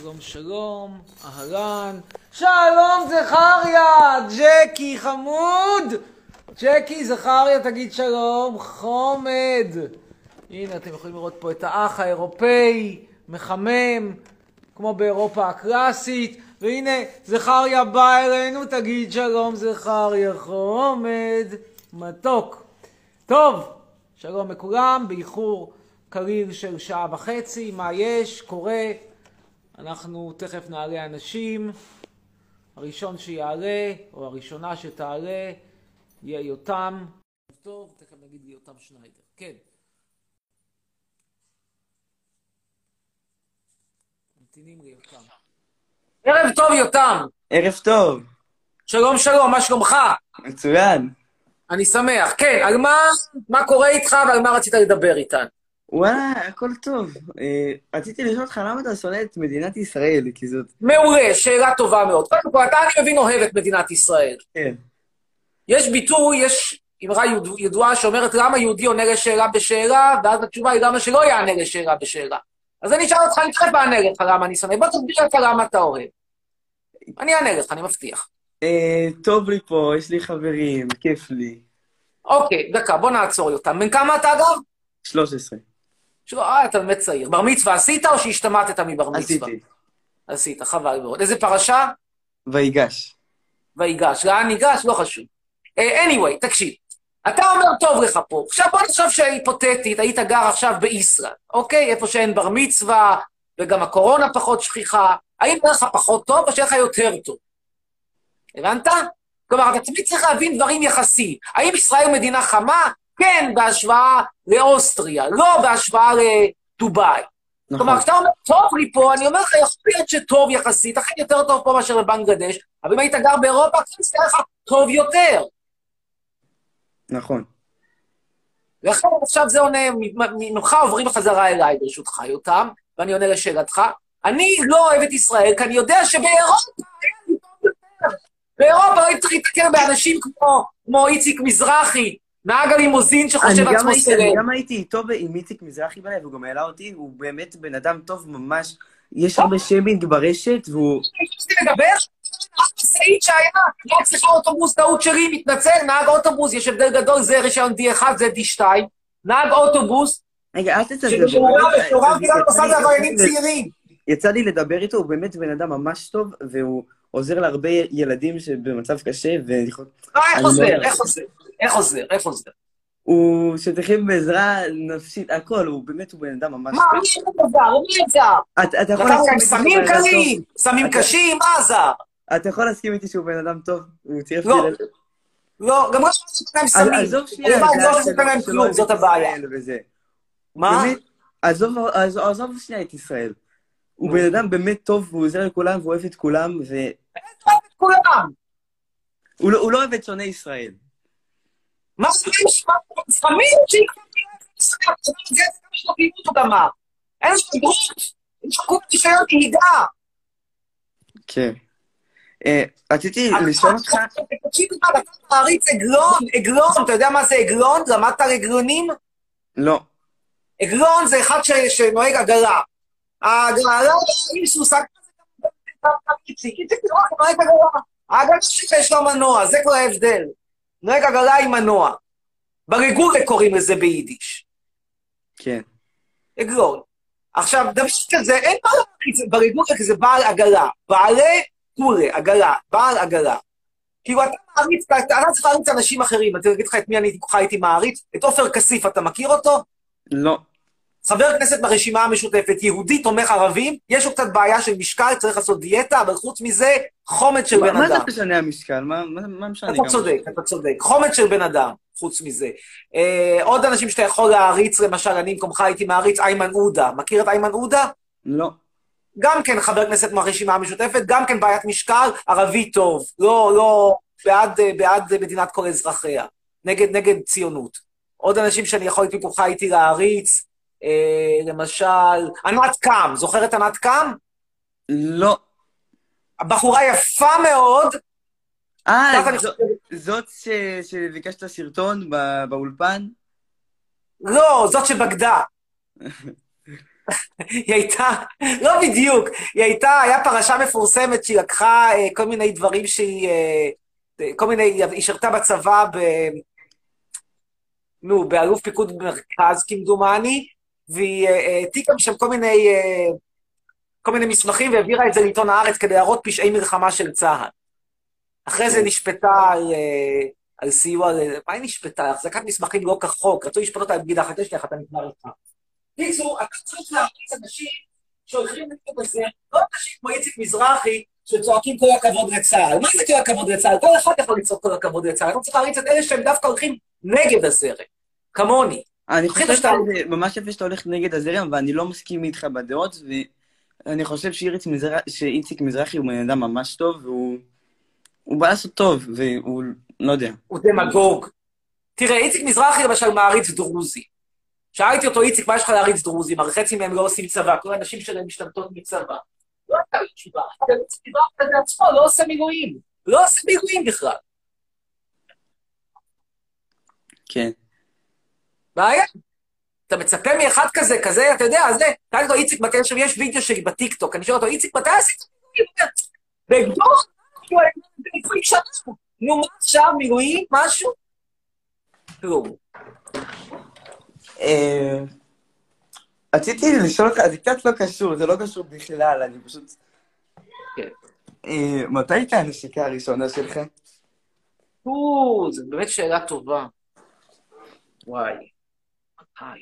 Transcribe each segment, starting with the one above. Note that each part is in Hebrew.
שלום שלום, אהלן, שלום זכריה, ג'קי חמוד, ג'קי זכריה תגיד שלום, חומד. הנה אתם יכולים לראות פה את האח האירופאי, מחמם, כמו באירופה הקלאסית, והנה זכריה בא אלינו, תגיד שלום זכריה, חומד, מתוק. טוב, שלום לכולם, באיחור קליל של שעה וחצי, מה יש? קורה. אנחנו תכף נעלה אנשים. הראשון שיעלה, או הראשונה שתעלה, יהיה יותם. טוב, תכף נגיד לי יותם שניידר. כן. ממתינים לי יותם. ערב טוב יותם. ערב טוב. שלום שלום, מה שלומך? מצוין. אני שמח. כן, על מה קורה איתך ועל מה רצית לדבר איתנו? וואלה, הכל טוב. רציתי לשאול אותך למה אתה שונא את מדינת ישראל, כי זאת... מעולה, שאלה טובה מאוד. קודם כל, אתה אני מבין אוהב את מדינת ישראל. כן. יש ביטוי, יש אמרה ידועה שאומרת למה יהודי עונה לשאלה בשאלה, ואז התשובה היא למה שלא יענה לשאלה בשאלה. אז אני אשאל אותך, אני תכף אענה לך למה אני שונא. בוא תסביר לך למה אתה אוהב. אני אענה לך, אני מבטיח. טוב לי פה, יש לי חברים, כיף לי. אוקיי, דקה, בוא נעצור אותם. בין כמה אתה אגב? 13. אתה באמת צעיר. בר מצווה עשית או שהשתמטת מבר מצווה? עשיתי. עשית, חבל מאוד. איזה פרשה? ויגש. ויגש. לאן ניגש? לא חשוב. anyway, תקשיב. אתה אומר טוב לך פה. עכשיו בוא נחשוב שהיפותטית, היית גר עכשיו בישראל, אוקיי? איפה שאין בר מצווה, וגם הקורונה פחות שכיחה. האם יהיה לך פחות טוב או שיהיה לך יותר טוב? הבנת? כלומר, אתה תמיד צריך להבין דברים יחסי. האם ישראל מדינה חמה? כן, בהשוואה לאוסטריה, לא בהשוואה לדובאי. נכון. כלומר, כשאתה אומר, טוב לי פה, אני אומר לך, יכול להיות שטוב יחסית, אכן יותר טוב פה מאשר בבנגלדש, אבל אם היית גר באירופה, כן, זה לך טוב יותר. נכון. ואחר עכשיו זה עונה, ממך עוברים חזרה אליי, ברשותך, יותם, ואני עונה לשאלתך. אני לא אוהב את ישראל, כי אני יודע שבאירופה היה לי טוב יותר. באירופה לא הייתי צריך להתקר באנשים כמו איציק מזרחי, נהג הלימוזין שחושב עצמו סרט. אני גם הייתי איתו עם איציק מזרחי בלב, הוא גם העלה אותי, הוא באמת בן אדם טוב ממש, יש הרבה שיימינג ברשת, והוא... אני חושבתי לדבר, סעיד שהיה, נהג שיחה אוטובוס, טעות שלי, מתנצל, נהג אוטובוס, יש הבדל גדול, זה רישיון D1, זה D2, נהג אוטובוס, רגע, אל תצלם. ששורר בגלל עושה לעבריינים צעירים. יצא לי לדבר איתו, הוא באמת בן אדם ממש טוב, והוא עוזר להרבה ילדים שבמצב קשה, איך עוזר? הוא שתכם בעזרה נפשית, הכל, הוא באמת, הוא בן אדם ממש טוב. מה, מי עזר? אתה יכול נתן להסכים להם סמים קלים, סמים קשים, מה עזר? אתה יכול להסכים איתי שהוא בן אדם טוב? הוא צירף לא. לי... לא, גם לא נתן להם סמים. עזוב שנייה, לא נתן להם כלום, זאת הבעיה. מה? עזוב שנייה את ישראל. הוא בן אדם באמת טוב, והוא עוזר לכולם, והוא אוהב את כולם, כולם. הוא לא אוהב את שונאי ישראל. מה זה נשמע? סמים שיקחתי ישראל, זה כמה שלבים אותו גמר. אין לו בגרות, אין לו רישיון נהיגה. כן. רציתי לשאול אותך... תקשיב לך, אתה מעריץ עגלון, אתה יודע מה זה עגלון? למדת על עגלונים? לא. עגלון זה אחד שנוהג עגלה. העגלה, אם סוסק, איציק נוהג עגלה. העגלה שיש לו מנוע, זה כבר ההבדל. נוהג עגלה עם מנוע. ברגולה קוראים לזה ביידיש. כן. עגלון. עכשיו, דבר כזה, אין מה להריץ ברגולה, כי זה בעל עגלה. בעלי קולה, עגלה, בעל עגלה. כאילו, אתה מעריץ, אתה צריך להריץ אנשים אחרים. אני אגיד לך את מי אני הייתי מעריץ. את עופר כסיף, אתה מכיר אותו? לא. חבר כנסת ברשימה המשותפת, יהודי תומך ערבים, יש לו קצת בעיה של משקל, צריך לעשות דיאטה, אבל חוץ מזה, חומץ של בן אדם. מה זה משנה המשקל? מה משנה? אתה צודק. חומץ של בן אדם, חוץ מזה. עוד אנשים שאתה יכול להריץ, למשל, אני במקומך הייתי מעריץ, איימן עודה. מכיר את איימן עודה? לא. גם כן חבר כנסת מהרשימה המשותפת, גם כן בעיית משקל, ערבי טוב. לא, בעד מדינת כל אזרחיה. נגד ציונות. עוד אנשים שאני יכול במקומך הייתי להריץ, למשל, ענת קם, זוכר את ענת קם? לא. הבחורה יפה מאוד. זאת שביקשת סרטון באולפן? לא, זאת שבגדה. היא הייתה, לא בדיוק, היה פרשה מפורסמת שהיא לקחה כל מיני דברים היא שרתה בצבא באלוף פיקוד מרכז, כמדומני, והיא העתיקה שם כל מיני מסמכים והעבירה את זה לעיתון הארץ כדי להראות פשעי מלחמה של צה"ל. אחרי זה נשפטה על סיוע, מה היא נשפטה? החזקת מסמכים לא כחוק, רצו לשפוט אותה על בגידה אחת, יש לי אחת הנגמר איתך. קיצור, אתה צריך להריץ אנשים שהולכים לתת בזה, לא אנשים כמו איציק מזרחי, שצועקים כל הכבוד לצה"ל. מה זה כל הכבוד לצה"ל? כל אחד יכול לצעוק כל הכבוד לצה"ל. אתה צריך להריץ את אלה שהם דווקא הולכים נגד הזרם, כמוני. אני חושב שזה ממש יפה שאתה הולך נגד הזרם, ואני לא מסכים איתך בדעות, ואני חושב שאיציק מזרחי הוא בן אדם ממש טוב, והוא בא לעשות טוב, והוא לא יודע. הוא דמגוג. תראה, איציק מזרחי למשל מעריץ דרוזי. שאלתי אותו, איציק, מה יש לך להריץ דרוזים? הרי חצי מהם לא עושים צבא, כל האנשים שלהם משתמטות מצבא. לא הייתה לי תשובה. איציק מזרחי זה עצמו, לא עושה מילואים. לא עושה מילואים בכלל. כן. בעיה. אתה מצפה מאחד כזה, אתה יודע, אז תגיד אותו, איציק, מתי עכשיו יש וידאו שלי בטיקטוק, אני שואל אותו, איציק, מתי עשית מילואים? בגדול, לפני שנה. נו, מה עכשיו, מילואים, משהו? כלום. רציתי לשאול אותך, זה קצת לא קשור, זה לא קשור בכלל, אני פשוט... כן. מתי הייתה הנשיקה הראשונה שלך? זו באמת שאלה טובה. וואי. מתי?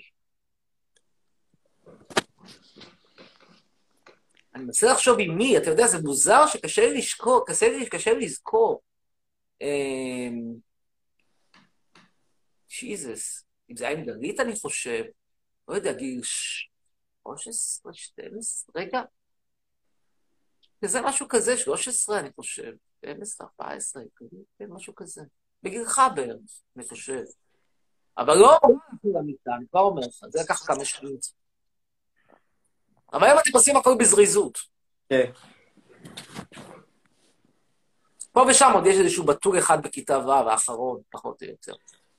אני מנסה לחשוב עם מי, אתה יודע, זה מוזר שקשה לי לשקור, קשה לי לזכור. שיזס. אם זה היה עם גלית, אני חושב, לא יודע, גיל 13, 12, רגע. זה משהו כזה, 13, אני חושב, 12, 14, משהו כזה. בגילך בערך, אני חושב. אבל לא אומר למיטה, אני כבר אומר לך, זה לקח כמה שנים. אבל היום אתם עושים הכל בזריזות. כן. פה ושם עוד יש איזשהו בטור אחד בכיתה ו' האחרון, פחות או יותר.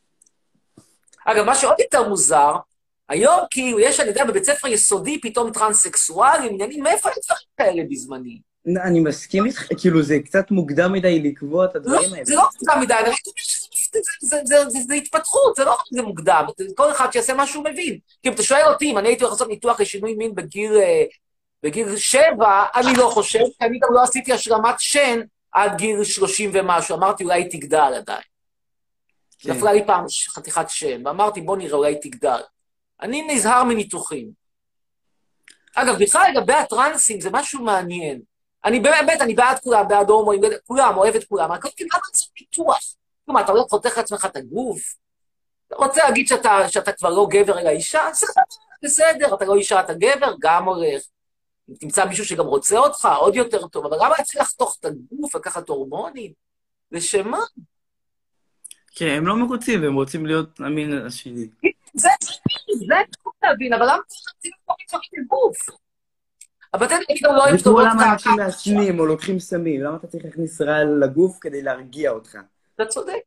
אגב, מה שעוד יותר מוזר, היום כאילו יש, אני יודע, בבית ספר יסודי פתאום טרנסקסואלים, עניינים, מאיפה אין דברים כאלה בזמני? אני מסכים איתך, כאילו זה קצת מוקדם מדי לקבוע את הדברים האלה. זה לא מוקדם מדי, אני רק אומר שזה התפתחות, זה לא רק זה מוקדם, כל אחד שיעשה מה שהוא מבין. כי אם אתה שואל אותי, אם אני הייתי הולך לעשות ניתוח לשינוי מין בגיל 7, אני לא חושב, כי אני גם לא עשיתי השלמת שן עד גיל 30 ומשהו, אמרתי אולי היא תגדל עדיין. נפלה לי פעם חתיכת שם, ואמרתי בוא נראה אולי תגדל. אני נזהר מניתוחים. אגב, בכלל לגבי הטרנסים זה משהו מעניין. אני באמת, אני בעד כולם, בעד הומואים, כולם, אוהב את כולם, אבל כמעט לעשות ניתוח. כלומר, אתה לא חותך לעצמך את הגוף, אתה רוצה להגיד שאתה כבר לא גבר אלא אישה, בסדר, אתה לא אישה, אתה גבר, גם הולך. אם תמצא מישהו שגם רוצה אותך, עוד יותר טוב, אבל למה צריך לחתוך את הגוף, לקחת הורמונים? לשמה? כן, הם לא מרוצים, הם רוצים להיות אמין השני. זה טוב להבין, אבל למה צריך להציג את גוף? אבל אתה תגיד, לא אוהב טובות למה אנשים מעשנים או לוקחים סמים? למה אתה צריך להכניס רע לגוף כדי להרגיע אותך? אתה צודק.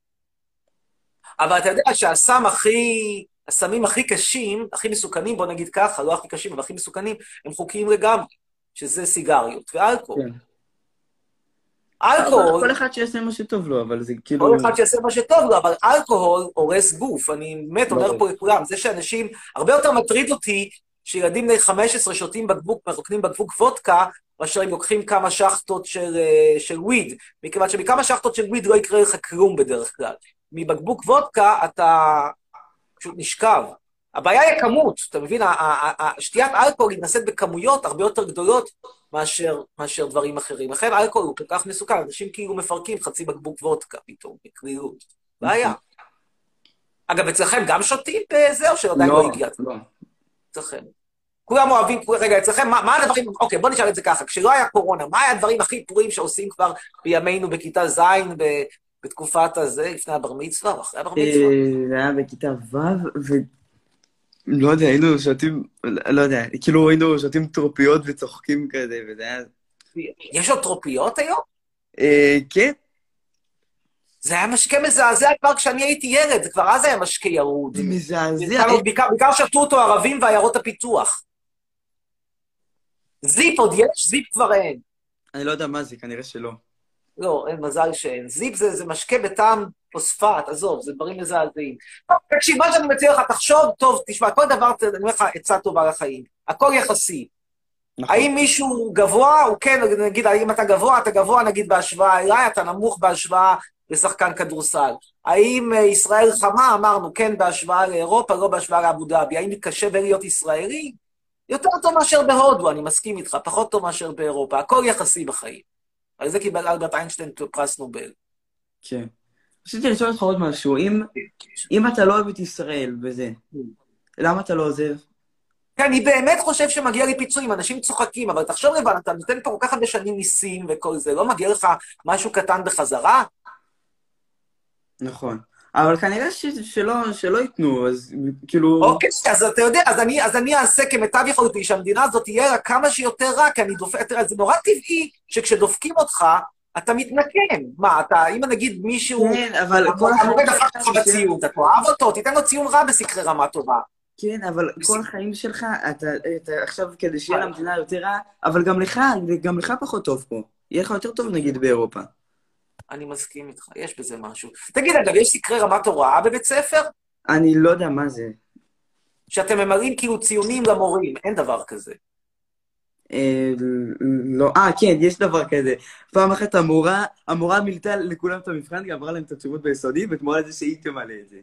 אבל אתה יודע הסמים הכי קשים, הכי מסוכנים, בוא נגיד ככה, לא הכי קשים, אבל הכי מסוכנים, הם חוקיים לגמרי, שזה סיגריות ואלכוהול. אלכוהול... כל אחד שיעשה מה שטוב לו, אבל זה כאילו... כל אחד שיעשה מה שטוב לו, אבל אלכוהול הורס גוף. אני באמת אומר פה לכולם, זה שאנשים, הרבה יותר מטריד אותי, שילדים בני 15 שותים מרוקנים בקבוק וודקה, מאשר הם לוקחים כמה שחטות של וויד, מכיוון שמכמה שחטות של וויד לא יקרה לך כלום בדרך כלל. מבקבוק וודקה אתה פשוט נשכב. הבעיה היא הכמות, אתה מבין? שתיית אלכוהול היא נעשית בכמויות הרבה יותר גדולות מאשר דברים אחרים. לכן אלכוהול הוא כל כך מסוכן, אנשים כאילו מפרקים חצי בקבוק וודקה פתאום, בקלילות. בעיה. אגב, אצלכם גם שותים בזה או שעדיין לא הגיע? לא. אצלכם. כולם אוהבים, רגע, אצלכם, מה הדברים, אוקיי, בוא נשאל את זה ככה, כשלא היה קורונה, מה היה הדברים הכי פורים שעושים כבר בימינו בכיתה ז' בתקופת הזה, לפני הבר מצווה או אחרי הבר מצווה? זה היה בכיתה ו' לא יודע, היינו שותים, לא יודע, כאילו היינו שותים טרופיות וצוחקים כזה, וזה היה... יש עוד טרופיות היום? כן. זה היה משקה מזעזע כבר כשאני הייתי ילד, זה כבר אז היה משקה ירוד. זה מזעזע. בעיקר שתו אותו ערבים ועיירות הפיתוח. זיפ עוד יש? זיפ כבר אין. אני לא יודע מה זה, כנראה שלא. לא, אין מזל שאין. זיפ זה משקה בטעם פוספט, עזוב, זה דברים מזעזעים. טוב, תקשיב, מה שאני מציע לך, תחשוב, טוב, תשמע, כל דבר, אני אומר לך, עצה טובה לחיים. הכל יחסי. נכון. האם מישהו גבוה, הוא כן, נגיד, האם אתה גבוה נגיד בהשוואה אליי, אתה נמוך בהשוואה לשחקן כדורסל. האם ישראל חמה, אמרנו, כן בהשוואה לאירופה, לא בהשוואה לאבו דאבי. האם קשה להיות ישראלי? יותר טוב מאשר בהודו, אני מסכים איתך, פחות טוב מאשר באירופה. הכל יחסי בחיים. על זה קיבל אלברט איינשטיין פרס נובל. כן. רציתי לשאול אותך עוד משהו, אם אתה לא אוהב את ישראל וזה, למה אתה לא עוזב? כן, אני באמת חושב שמגיע לי פיצויים, אנשים צוחקים, אבל תחשוב לבד, אתה נותן פה כל כך הרבה שנים מיסים וכל זה, לא מגיע לך משהו קטן בחזרה? נכון. אבל כנראה שלא ייתנו, אז כאילו... אוקיי, אז אתה יודע, אז אני אעשה כמיטב יכולתי, שהמדינה הזאת תהיה לה כמה שיותר רע, כי אני דופק, תראה, זה נורא טבעי שכשדופקים אותך, אתה מתנקם. מה, אתה, אם נגיד מישהו... כן, אבל כל המורה דפק אותך בציון, אתה תאהב אותו, תיתן לו ציון רע בסקרי רמה טובה. כן, אבל כל החיים שלך, אתה עכשיו כדי שיהיה למדינה יותר רע, אבל גם לך פחות טוב פה. יהיה לך יותר טוב נגיד באירופה. אני מסכים איתך, יש בזה משהו. תגיד, אגב, יש סקרי רמת הוראה בבית ספר? אני לא יודע מה זה. שאתם ממלאים כאילו ציונים למורים, אין דבר כזה. לא, כן, יש דבר כזה. פעם אחת המורה מילתה לכולם את המבחן, היא עברה להם את התשובות ביסודי, בתמורה לזה שהיא תמלא את זה.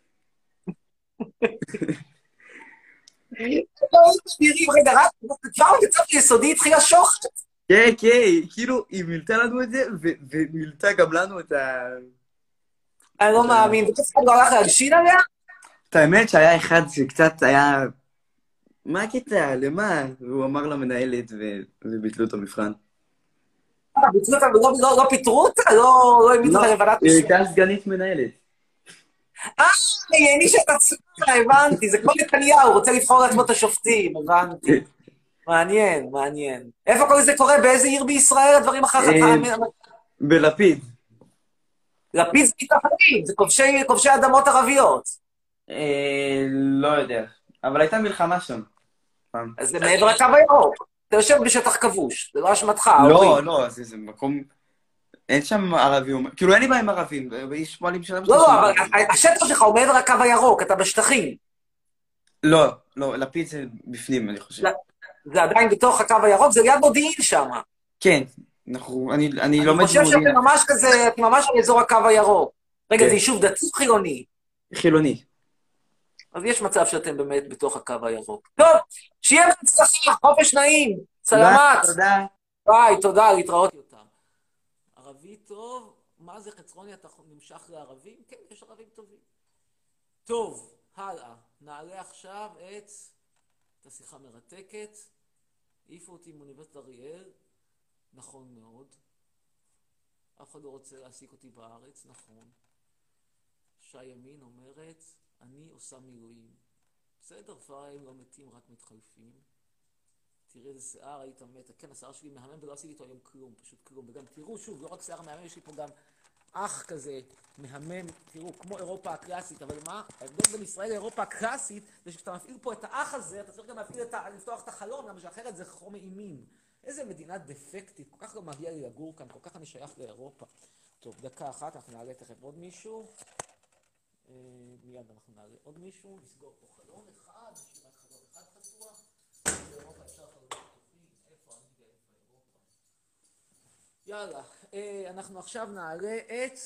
רגע, רק כבר בבית ספר יסודי התחילה שוחט. כן, כאילו, היא מילתה לנו את זה, ומילתה גם לנו את ה... אני לא מאמין, בית ספר לא הלך להלשין עליה? את האמת שהיה אחד שקצת היה... מה הקטע? למה? והוא אמר למנהלת וביטלו את המבחן. ביטלו אותה ולא פיטרו אותה? לא העמידו אותה לוועדת היא משנה? הייתה סגנית מנהלת. היא הענישה את עצמה, הבנתי, זה כמו נתניהו, הוא רוצה לבחור לעצמו את השופטים, הבנתי. מעניין, מעניין. איפה כל זה קורה? באיזה עיר בישראל הדברים אחרים? בלפיד. לפיד זה מתנחלים, זה כובשי אדמות ערביות. לא יודע. אבל הייתה מלחמה שם. אז זה מעבר לקו הירוק. אתה יושב בשטח כבוש, זה לא אשמתך. לא, זה מקום... אין שם ערבים, כאילו אין לי בעיה עם ערבים, יש פועלים שלהם... לא, אבל השטח שלך הוא מעבר לקו הירוק, אתה בשטחים. לא, לפיד זה בפנים, אני חושב. זה עדיין בתוך הקו הירוק, זה ליד מודיעין שם. כן, אני לומד אני חושב שאתם ממש כזה, אתם ממש על אזור הקו הירוק. רגע, זה יישוב דתי או חילוני? חילוני. אז יש מצב שאתם באמת בתוך הקו הירוק. טוב, שיהיה בהצלחה, חופש נעים, סלמת. תודה. ביי, תודה, להתראות יותר. ערבי טוב, מה זה חצרוני, אתה נמשך לערבים? כן, יש ערבים טובים. טוב, הלאה. נעלה עכשיו את השיחה מרתקת. העיפו אותי מאוניברסיטת אריאל, נכון מאוד. אף אחד לא רוצה להעסיק אותי בארץ, נכון. שי ימין אומרת, אני עושה מילואים. בסדר, פריים לא מתים, רק מתחלפים. תראה איזה שיער, היית מת. כן, השיער שלי מהמם ולא עשיתי איתו היום כלום, פשוט כלום. וגם תראו, שוב, לא רק שיער מהמם, יש לי פה גם אח כזה מהמם, תראו, כמו אירופה הקלאסית, אבל מה? ההבדל בין ישראל לאירופה הקלאסית, זה שכשאתה מפעיל פה את האח הזה, אתה צריך גם לפתוח את החלון, למה שאחרת זה חום אימים. איזה מדינה דפקטית, כל כך לא מגיע לי לגור כאן, כל כך אני שייך לאירופה. טוב, דקה אחת, אנחנו נעלה תכף עוד מישהו. מיד אנחנו נעלה עוד מישהו, נסגור פה חלון אחד, נשאיר רק חלון אחד פתוח. באירופה אפשר חלונות פתוחים, איפה אני ואיפה אירופה. יאללה, אנחנו עכשיו נעלה את...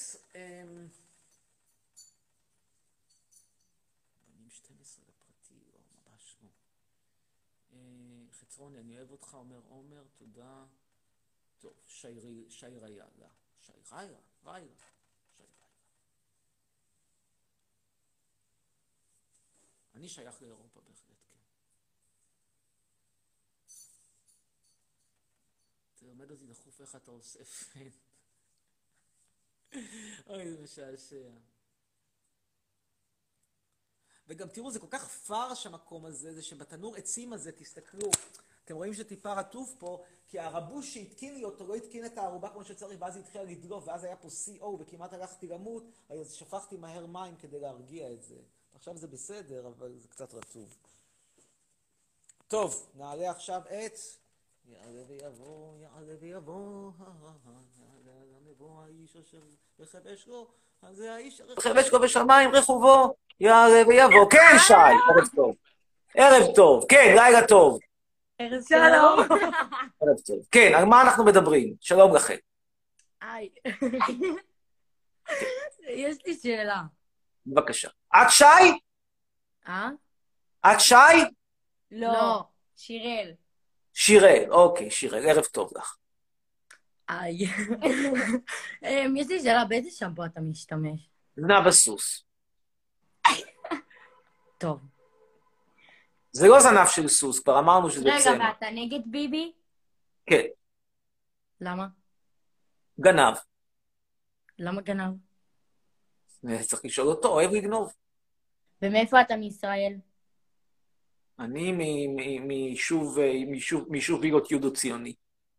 בנים 12 לפרטי, לא, ממש לא. חצרוני, אני אוהב אותך, אומר עומר, תודה. טוב, שי ריילה. שי ריילה. שי ריילה. אני שייך לאירופה בהחלט, כן. תלמד אותי דחוף איך אתה עושה פן. אוי, זה משעשע. וגם תראו, זה כל כך פרש המקום הזה, זה שבתנור עצים הזה, תסתכלו, אתם רואים שטיפה רטוב פה, כי הרבוש שהתקין לי אותו לא התקין את הערובה כמו שצריך, ואז היא התחילה לדלוף, ואז היה פה CO, וכמעט הלכתי למות, אז שפכתי מהר מים כדי להרגיע את זה. עכשיו זה בסדר, אבל זה קצת רטוב. טוב, נעלה עכשיו את יעלה ויבוא, יעלה ויבוא, גם יבוא האיש אשר רכב אשרו, אז זה האיש רכב אשרו בשמיים רכובו, יעלה ויבוא. כן, שי, ערב טוב. ערב טוב, כן, לילה טוב. ערב שלום. ערב טוב. כן, על מה אנחנו מדברים? שלום לכם. היי. יש לי שאלה. בבקשה. את שי? את שי? לא, שיראל. שיראל, אוקיי, שיראל, ערב טוב לך. היי. יש לי שאלה, באיזה שמפו אתה משתמש? זנב הסוס. טוב. זה לא זנב של סוס, כבר אמרנו שזה רגע, צמח. ואתה נגד ביבי? כן, למה? גנב. למה גנב? צריך לשאול אותו, אוהב לגנוב. ומאיפה אתה מישראל? אני מיישוב בירות יהודו ציוני.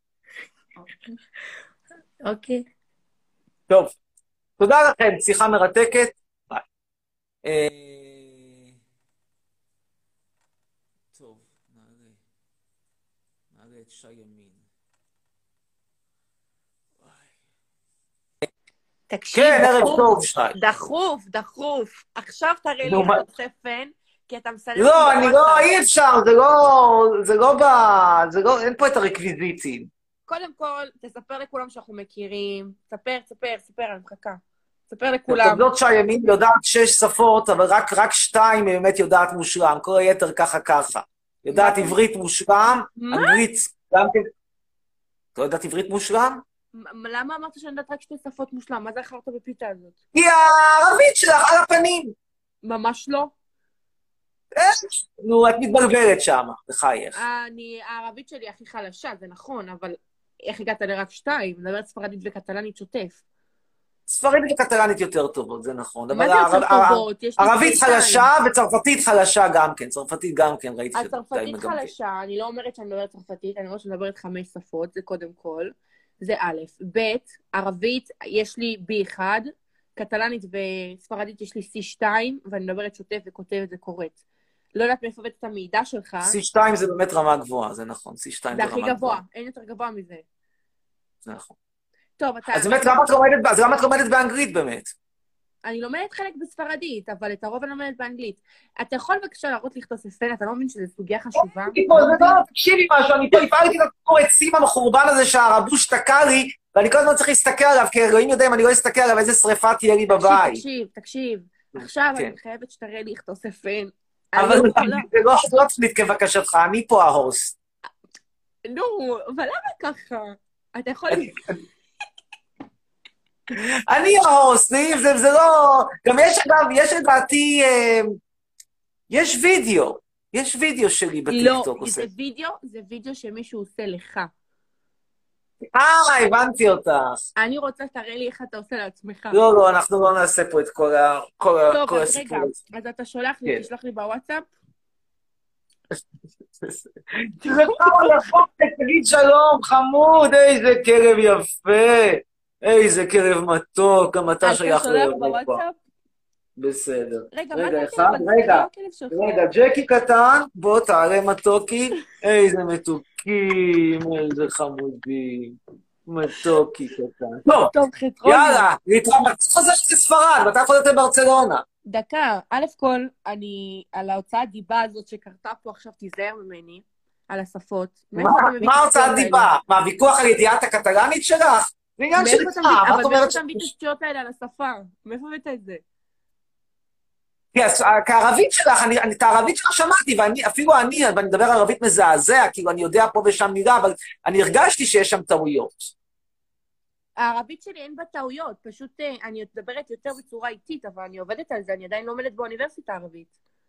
אוקיי. טוב, תודה לכם, שיחה מרתקת. ביי. טוב, נעלה את שי ימין. תקשיב, כן, ערב טוב, שי. דחוף. עכשיו תראה לי נו, מה? איך אתה פן, כי אתה מסלם לא, אני לא, בוואטסאפ. אי אפשר, אין פה את הרקוויזיטים. קודם כל, תספר לכולם שאנחנו מכירים. ספר, אני מחכה. ספר לכולם. זאת שהימין יודעת 6 שפות, אבל רק 2 באמת יודעת מושלם, כל היתר ככה. יודעת עברית מושלם, מה? אנגלית גם כן. לא יודעת עברית מושלם? למה אמרת שאני יודעת רק 2 שפות מושלם? מה זה החרת בפיתה הזאת? היא הערבית שלך על הפנים. ממש לא. נו, את מתבלבלת שם, בחייך. הערבית שלי הכי חלשה, זה נכון, אבל איך הגעת לרק 2? מדברת ספרדית וקטלנית שוטף. ספרדית וקטלנית יותר טובות, זה נכון. מה זה יותר טובות? יש לי ערבית 2. חלשה וצרפתית חלשה גם כן. צרפתית גם כן, ראיתי שזה הצרפתית חלשה, אני לא אומרת שאני מדברת צרפתית, אני אומרת שאני מדברת 5 שפות, זה קודם כל. זה א', ב', ערבית יש לי B1, קטלנית וספרדית יש לי C2, ואני מדברת שוטף וכותבת וקוראת. לא יודעת מאיפה הבאת את המידע שלך. C2 זה באמת רמה גבוהה, זה נכון. C2 זה רמה זה גבוהה. הכי גבוה, אין יותר גבוה מזה. זה נכון. טוב, אתה... אז באמת, למה את לומדת באנגלית באמת? אני לומדת חלק בספרדית, אבל את הרוב אני לומדת באנגלית. אתה יכול בבקשה להראות לי איך אתה עושה ספן, אתה לא מבין שזו סוגיה חשובה? תקשיבי משהו, אני פה הפעלתי את הקורצים המחורבן הזה שהרבוש תקע לי, ואני כל הזמן צריך להסתכל עליו, כי אלוהים יודע אם אני לא אסתכל עליו, איזה שריפה תהיה לי בבית. תקשיב. עכשיו אני חייבת שתראה לי איך אתה עושה פן. אבל זה לא תפליט כבקשתך, אני פה ההוסט. נו, אבל למה ככה? אתה יכול... אני ההוסט, זה לא... גם יש לדעתי... יש וידאו שלי בטיקטוק. לא, זה וידאו שמישהו עושה לך. הבנתי אותך. אני רוצה שתראה לי איך אתה עושה לעצמך. לא, אנחנו לא נעשה פה את כל הסיפור. טוב, אז רגע, אז אתה שולח לי, תשלח לי בוואטסאפ? זה פעם לחוק, תגיד שלום, חמוד, איזה כלב יפה, איזה כלב מתוק, גם אתה שייך לאירופה. אתה שולח בוואטסאפ? בסדר. רגע, מה זה הכלב שלך? רגע, ג'קי קטן, בוא תעלה מתוקי, איזה מתוקים, איזה חמודים, מתוקי קטן. טוב, יאללה, להתראות, אתה חוזר לספרד, ואתה יכול לתת ברצלונה. דקה, א' כל, אני, על ההוצאת דיבה הזאת שקרתה פה עכשיו, תיזהר ממני, על השפות. מה ההוצאת דיבה? מה, הוויכוח על ידיעת הקטלנית שלך? זה עניין של לך, מה את אומרת? אבל מאיפה אתה מביא את השטויות האלה על השפה? מאיפה הבאת את זה? כערבית שלך, את הערבית שלך שמעתי, ואפילו אני מדבר ערבית מזעזע, כאילו אני יודע פה ושם מילה, אבל אני הרגשתי שיש שם טעויות. הערבית שלי אין בה טעויות, פשוט אני מדברת יותר בצורה איטית, אבל אני עובדת על זה, אני עדיין לומדת באוניברסיטה הערבית.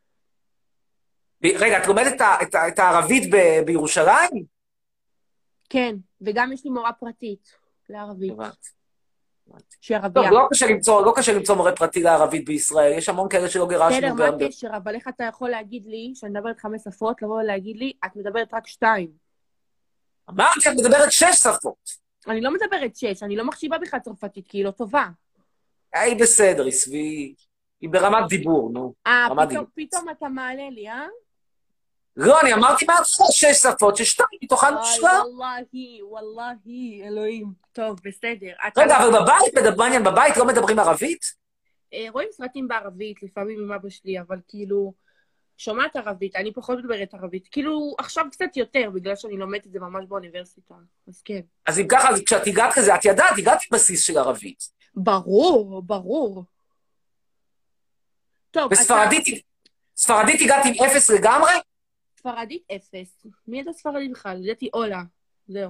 רגע, את לומדת את הערבית בירושלים? כן, וגם יש לי מורה פרטית לערבית. טוב, לא קשה למצוא מורה פרטי לערבית בישראל, יש המון כאלה שלא גירשנו. בסדר, מה הקשר? אבל איך אתה יכול להגיד לי, שאני מדברת 5 שפות, לבוא ולהגיד לי, את מדברת רק 2. אמרתי, את מדברת 6 שפות. אני לא מדברת 6, אני לא מחשיבה בכלל צרפתית, כי היא לא טובה. היא בסדר, היא ברמת דיבור, נו. פתאום אתה מעלה לי, אה? לא, אני אמרתי מההתחלה 6 שפות, ששתיים מתוכן מושלם. וואלהי, אלוהים. טוב, בסדר. רגע, אבל בבית לא מדברים ערבית? רואים סרטים בערבית, לפעמים עם אבא שלי, אבל כאילו, שומעת ערבית, אני פחות מדברת ערבית. כאילו, עכשיו קצת יותר, בגלל שאני לומדת את זה ממש באוניברסיטה. אז כן. אז אם ככה, כשאת הגעת כזה, את ידעת, הגעת עם בסיס של ערבית. ברור. טוב, ספרדית הגעת עם 0 לגמרי? ספרדית 0. מי ידע ספרדית בכלל? ידעתי אולה. זהו.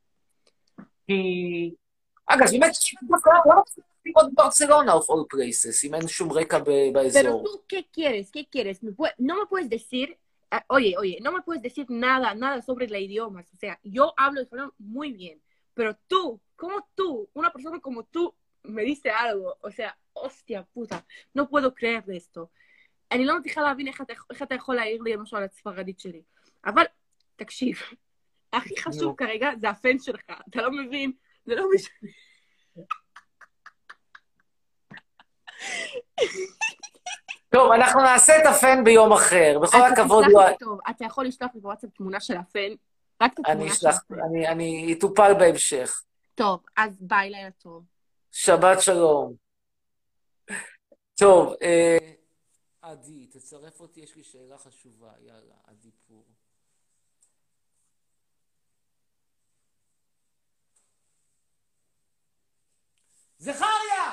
אגב, באמת, למה צריך לראות ברצלונה of all places, אם אין שום רקע Pero באזור? tú, ¿qué quieres? ¿Qué quieres? No me puedes decir, oye, no me puedes decir nada sobre el idioma. O sea, yo hablo español muy bien, pero tú, una persona como tú, me dice algo. O sea, hostia puta, no puedo creer de esto. אני לא מצליחה להבין איך אתה יכול להעיר לי משהו על הספרדית שלי. אבל, תקשיב, הכי חשוב כרגע זה הפן שלך. אתה לא מבין? זה לא משנה. טוב, אנחנו נעשה את הפן ביום אחר. בכל הכבוד, טוב, אתה יכול לשלוח לי בוואטסאפ תמונה של הפן? רק את התמונה אני של הפן. אני אטופל בהמשך. טוב, אז ביי, לילה טוב. שבת שלום. טוב, עדי, תצרף אותי, יש לי שאלה חשובה. יאללה, עדי פור. זכריה!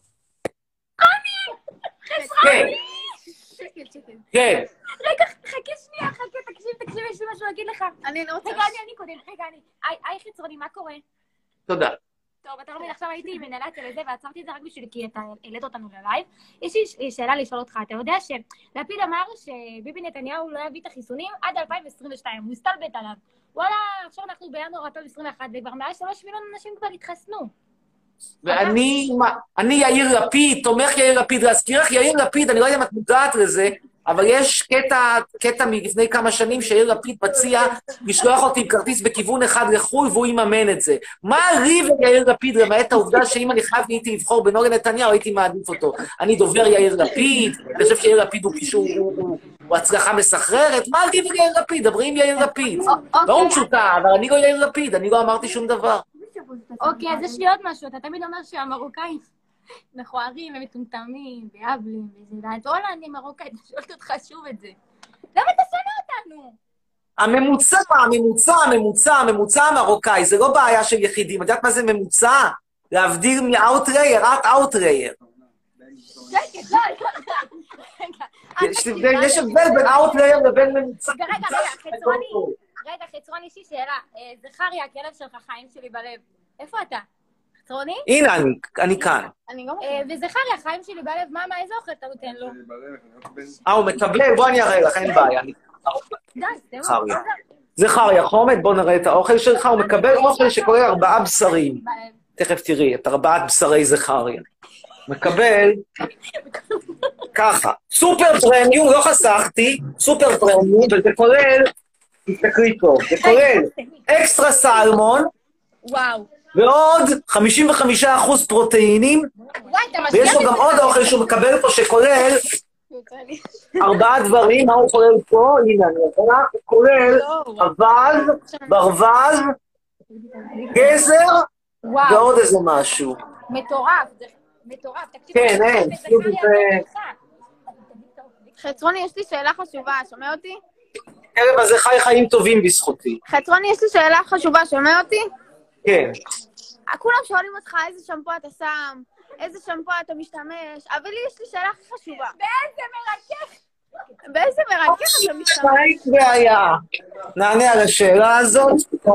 חסרוני! שקט. כן. רגע, חכה שנייה, תקשיב, יש לי משהו להגיד לך. אני לא רוצה... רגע, אני קודם, היי חצרוני, מה קורה? תודה. טוב, אתה לא מבין, עכשיו הייתי עם מנהלת לזה, ועצרתי את זה רק בשביל כי אתה העלית אותנו ללייב. יש לי שאלה לשאול אותך, אתה יודע שלפיד אמר שביבי נתניהו לא יביא את החיסונים עד 2022, הוא הסתלבט עליו. וואלה, עכשיו אנחנו בינואר 2021, וכבר מעל 3 מיליון אנשים כבר התחסנו. ואני יאיר לפיד, תומך יאיר לפיד, להזכיר לך יאיר לפיד, אני לא יודע אם את מודעת לזה, אבל יש קטע מלפני כמה שנים שיאיר לפיד מציע לשלוח אותי עם כרטיס בכיוון אחד לחו"ל והוא יממן את זה. מה לי ויאיר לפיד, למעט העובדה שאם אני חייב הייתי לבחור בינו לנתניהו, הייתי מעדיף אותו. אני דובר יאיר לפיד, אני חושב שיאיר לפיד הוא הצלחה מסחררת, מה לי ויאיר לפיד, דברי עם יאיר לפיד. לא הוא פשוטה, אבל אני לא יאיר לפיד, אני לא אמרתי שום דבר. אוקיי, אז יש לי עוד משהו, אתה תמיד אומר שהמרוקאים מכוערים ומטומטמים ואבלים וזה, אז וואלה, אני מרוקאית, אני שואלת אותך שוב את זה. למה אתה שונא אותנו? הממוצע המרוקאי, זה לא בעיה של יחידים, את יודעת מה זה ממוצע? להבדיל מאוטרייר, את אוטרייר. שקט, לא. יש הבדל בין אוטרייר לבין ממוצע. רגע, חצרוני, יש לי שאלה. זכריה, הכלב שלך, חיים שלי בלב. איפה אתה? חצרוני? הנה, אני כאן. וזכריה, חיים שלי בלב, איזה אוכל אתה נותן לו? הוא מקבל, בוא אני אראה לך, אין בעיה. די, זכריה. זכריה, חומד, בוא נראה את האוכל שלך, הוא מקבל אוכל שכולל 4 בשרים. תכף תראי, את 4 בשרי זכריה. מקבל ככה, סופר פרמיום, לא חסכתי, סופר פרמיום, וזה כולל, תסתכלי טוב, זה כולל אקסטרה סלמון, וואו. ועוד 55% פרוטאינים, ויש לו גם עוד אוכל שהוא מקבל פה שכולל 4 דברים, מה הוא כולל פה? הנה, אני יודע, הוא כולל אבז, ברווז, גזר, ועוד איזה משהו. מטורף, תקשיב. כן, אין. חצרוני, יש לי שאלה חשובה, שומע אותי? כלב הזה חי חיים טובים בזכותי. חצרוני, יש לי שאלה חשובה, שומע אותי? כן. כולם שואלים אותך איזה שמפו אתה שם, איזה שמפו אתה משתמש, אבל לי יש לי שאלה הכי חשובה. באיזה מרכך אתה משתמש? בעיה. נענה על השאלה הזאת.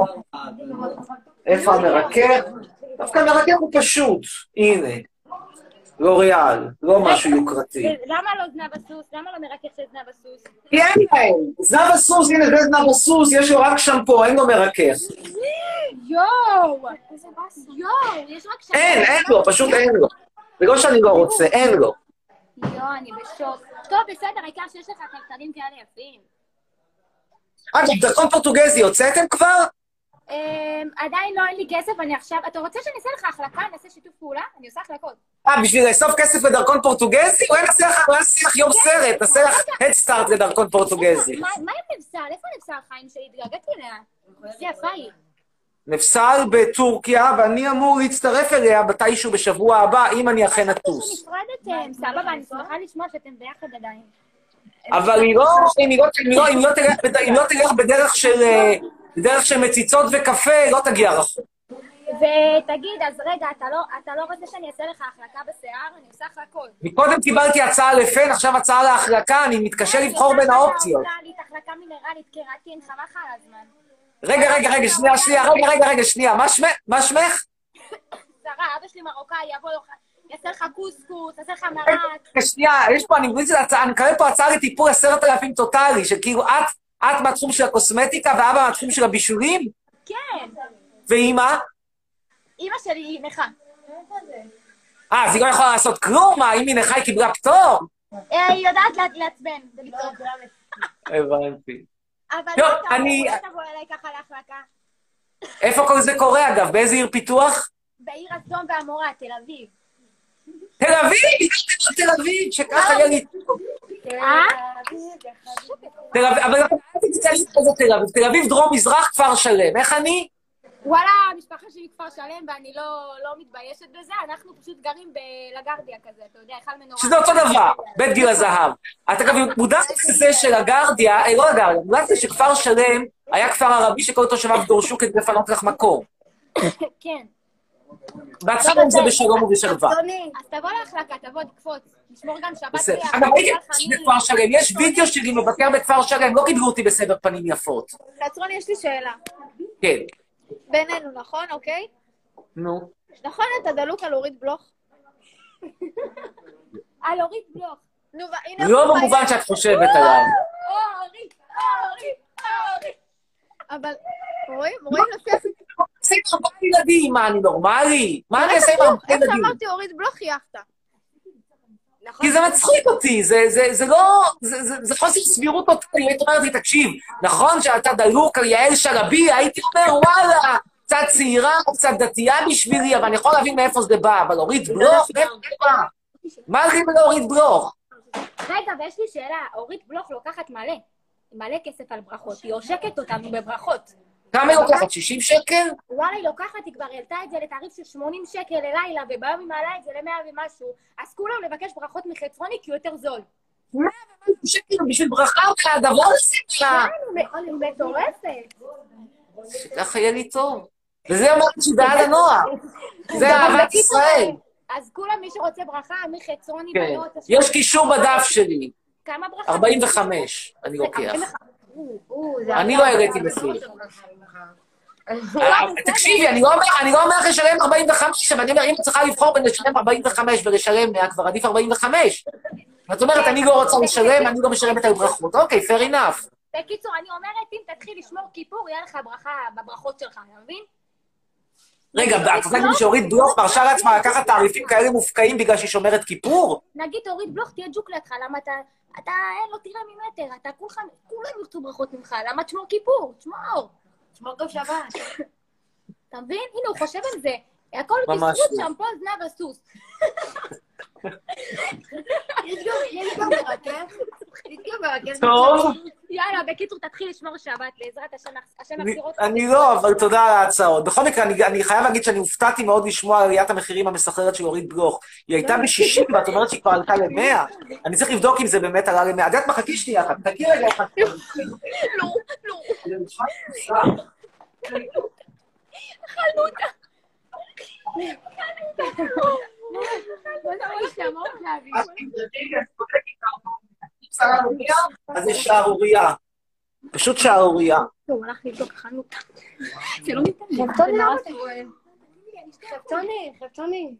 איפה המרכך? דווקא המרכך הוא פשוט. הנה. לוריאל, לא משהו יוקרתי. למה לא זנב הסוס? למה לא מרכך של זנב הסוס? כי אין להם. זנב הסוס, הנה זה זנב הסוס, יש לו רק שמפו, אין לו מרכך. יואו, יש רק שמפו. אין לו, פשוט אין לו. זה לא שאני לא רוצה, אין לו. יואו, אני בשוק. טוב, בסדר, העיקר שיש לך כרטלים כאלה יפים. דרכון פורטוגזי, הוצאתם כבר? עדיין לא, אין לי כסף, אני עכשיו... אתה רוצה שאני אעשה לך החלקה, נעשה שיתוף פעולה? אני עושה החלקות. בשביל לאסוף כסף לדרכון פורטוגזי? אולי נעשה לך יום סרט, נעשה לך הדסטארט לדרכון פורטוגזי. מה עם נפסל? איפה נפסל חיים שלי? התגעגעתי אליה. איזה יפה היא. נפסל בטורקיה, ואני אמור להצטרף אליה מתישהו בשבוע הבא, אם אני אכן אטוס. שנפרדתם, סבבה, אני שמחה לשמוע שאתם ביחד עדיין. אבל היא לא תלך בדרך של מציצות וקפה, לא תגיע רחוק. ותגיד, אז רגע, אתה לא רוצה שאני אעשה לך החלקה בשיער? אני עושה לך הכל. מקודם קיבלתי הצעה לפן, עכשיו הצעה להחלקה, אני מתקשה לבחור בין האופציות. החלקה מינרלית, קרטין, חבל לך על הזמן. רגע, שנייה, מה שמך? שרה, אבא שלי מרוקאי, יבוא לך, יעשה לך קוסקוס, יעשה לך מרק. שנייה, יש פה, אני מקבל פה הצעה לטיפול 10,000 טוטלי, שכאילו את מהתחום של הקוסמטיקה ואבא מהתחום של הבישולים? כן. ואמא? אמא שלי היא נכה. אז היא לא יכולה לעשות כלום? מה, אם היא נכה היא קיבלה פטור? היא יודעת לעצבן, זה לצעוק. הבנתי. אבל לא, אתה לא תבוא אליי ככה להחלקה. איפה כל זה קורה אגב? באיזה עיר פיתוח? בעיר הסדום והעמורה, תל אביב. תל אביב! תל אביב, שככה יהיה לי... תל אביב, אבל תל אביב דרום מזרח כפר שלם, איך אני? וואלה, המשפחה שלי כפר שלם ואני לא מתביישת בזה, אנחנו פשוט גרים בלגרדיה כזה, אתה יודע, אחד מנורא. שזה אותו דבר, בית גיל הזהב. אתה גם מודעת לזה של הגרדיה, לא הגרדיה, מודעת לזה שכפר שלם היה כפר ערבי שכל תושביו דורשו כדי לפנות לך מקום. כן. בעצמם זה בשלום ובשלווה. אז תבוא להחלקה, תבוא, תקפוץ, נשמור גם שבת. בסדר. אגב, הייתי בכפר שלם, יש וידאו שלי מבקר בכפר שלם, לא קיבלו אותי בסבר פנים יפות. חצרון, יש לי שאלה. כן. בינינו, נכון, אוקיי? נו. נכון, אתה דלוק על אורית בלוך? על אורית בלוך. נו, הנה... לא במובן שאת חושבת עליו. אורית. אבל, רואים לפי הסיפור. עושה עם 4 ילדים, מה, אני נורמלי? מה אני אעשה עם 4 איך ילדים? שאמרתי אורית בלוך, חייכת. כי זה מצחיק אותי, זה לא... זה חוסר סבירות אותי, הייתי אומרת לי, תקשיב, נכון שאתה דלוק על יעל שלבי, הייתי אומר, וואלה, קצת צעירה, קצת דתייה בשבילי, אבל אני יכול להבין מאיפה זה בא, אבל אורית בלוך, מאיפה זה בא? מה הולכים לאורית בלוך? רגע, ויש לי שאלה, אורית בלוך לוקחת מלא כסף על ברכות, היא עושקת אותנו בברכות. כמה היא לוקחת? 60 שקל? וואלה, היא לוקחת, היא כבר העלתה את זה לתעריף של 80 שקל ללילה, וביום היא מעלה את זה ל100 ומשהו, אז כולם לבקש ברכות מחצרוני כי הוא יותר זול. 100 שקל בשביל ברכה הדבר הזה? אני מטורפת. שככה יהיה לי טוב. וזה אומר שהיא בעד הנוער. זה אהבת ישראל. אז כולם, מי שרוצה ברכה, מחצרוני, כן. יש קישור בדף שלי. כמה ברכות? 45, אני לוקח. אני לא העליתי לפי. תקשיבי, אני לא אומר לך לשלם 45, אבל אני אומר, אם את צריכה לבחור בין לשלם 45 ולשלם 100, כבר עדיף 45. זאת אומרת, אני לא רוצה לשלם, אני לא משלמת על ברכות. אוקיי, fair enough. בקיצור, אני אומרת, אם תתחיל לשמור כיפור, יהיה לך ברכה בברכות שלך, אתה מבין? רגע, את רוצה להגיד שאורית בלוך מרשה לעצמה לקחת תעריפים כאלה מופקעים בגלל שהיא שומרת כיפור? נגיד, אורית בלוך תהיה ג'וק לידך, למה אתה אין לו תראה ממטר, אתה כולם ירצו ברכות ממך, למה תשמור כיפור? תשמור גם שבת. אתה מבין? הנה, הוא חושב על זה. הכל בזכות שם, פה זנב הסוס. יש גם מרכז. טוב. יאללה, בקיצור, תתחיל לשמור שבת, בעזרת השם מחזיר אותך. אני לא, אבל תודה על ההצעות. בכל מקרה, אני חייב להגיד שאני הופתעתי מאוד לשמוע על עליית המחירים המסחררת של אורית בלוך. היא הייתה ב-60, ואת אומרת שהיא כבר עלתה ל-100. אני צריך לבדוק אם זה באמת עלה ל-100. עדיין מחכי שנייה אחת. תכיר רגע אחת. לא. אכלנו אותה. אז זה שערוריה. פשוט שערוריה. הוא הלך לבדוק, אכלנו אותה. זה לא ניתן. חפצוני.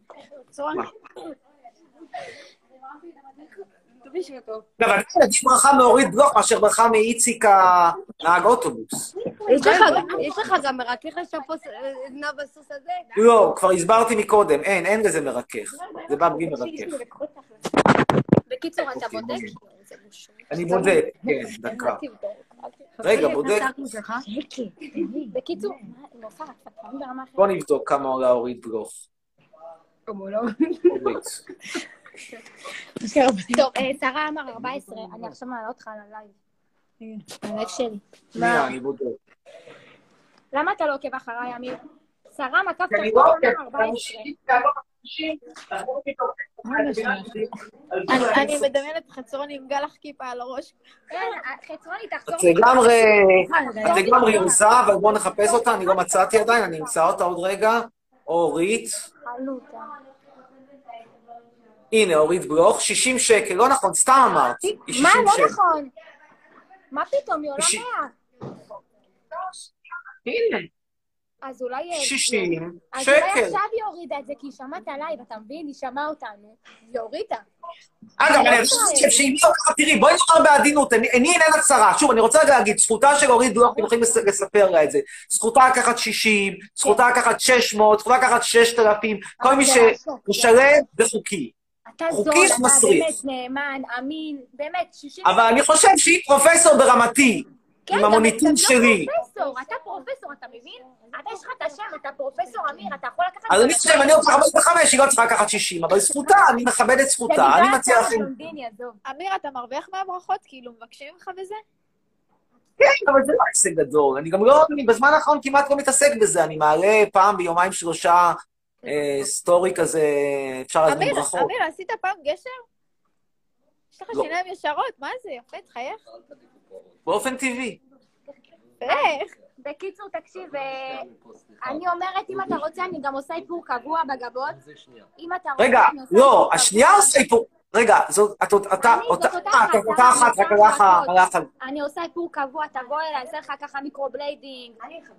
אבל אני עדיף ברכה מאורית בלוך מאשר ברכה מאיציק הנהג אוטובוס. יש לך גם מרכך לשפוס זנב הסוס הזה? לא, כבר הסברתי מקודם, אין לזה מרכך. זה בא בלי מרכך. בקיצור, אתה בודק? אני בודק, כן, דקה. רגע, בודק. בקיצור, בוא נבדוק כמה עולה אורית בלוך. אורית. טוב, שרה אמר 14, אני עכשיו מעלה אותך על הלייב. הלב שלי. שנייה, אני בודק. למה אתה לא עוקב אחריי, אמיר? שרה מקף אני תחתון לא עוקב, 14. אני מדמיינת חצרון עם גלח כיפה על הראש. כן, חצרוני, תחזור. זה לגמרי ירזה, אבל בואו נחפש אותה, אני לא מצאתי עדיין, אני אמצא אותה עוד רגע. אורית. עלו אותה. הנה, אורית בלוך, 60 שקל, לא נכון, סתם אמרתי. מה? לא נכון. מה פתאום, היא עולה 100. הנה, אז אולי... 60 אז אולי שקל. עכשיו היא הורידה את זה, כי היא שמעת עליי, ואתה מבין? היא שמעה אותנו. היא הורידה. אגב, אני חושב שהיא לא... תראי, בואי נאמר בעדינות, אני איננה צרה. שוב, אני רוצה להגיד, זכותה של אורית בלוך, אתם יכולים לספר לה את זה. זכותה לקחת 60, זכותה לקחת 600, זכותה לקחת 6,000, כל מי שמשלם זה חוקי. אתה זול, חוקי אתה מסריח. באמת נאמן, אמין, באמת, 60... אבל אני חושב שהיא פרופסור ברמתי, כן, עם המוניטין שלי. אתה פרופסור, אתה מבין? אתה יש לך את השם, אתה פרופסור אמיר, אתה יכול לקחת... אז אני חושב, אני רוצה 45, היא לא צריכה לקחת 60, אבל זכותה, אני מכבד את זכותה, אני מציע לכם... אמיר, אתה מרוויח מהברכות? כאילו, מבקשים ממך בזה? כן, אבל זה לא הישג גדול. אני גם לא, בזמן האחרון כמעט לא מתעסק בזה, אני מעלה פעם ביומיים 3 סטורי כזה, אפשר להזמין ברכות. אמיר, עשית פעם גשר? יש לך שיניים ישרות, מה זה? יפה, תחייך. באופן טבעי. איך? בקיצור, תקשיב, אני אומרת, אם אתה רוצה, אני גם עושה איפור קבוע בגבות. אם אתה רוצה, רגע, אני עושה לא, איפור השנייה קבוע. עושה איפור... רגע, אותה אחת, רק הלך על... אני עושה איפור קבוע, תבוא אליי, אעשה לך ככה מיקרו-בליידינג.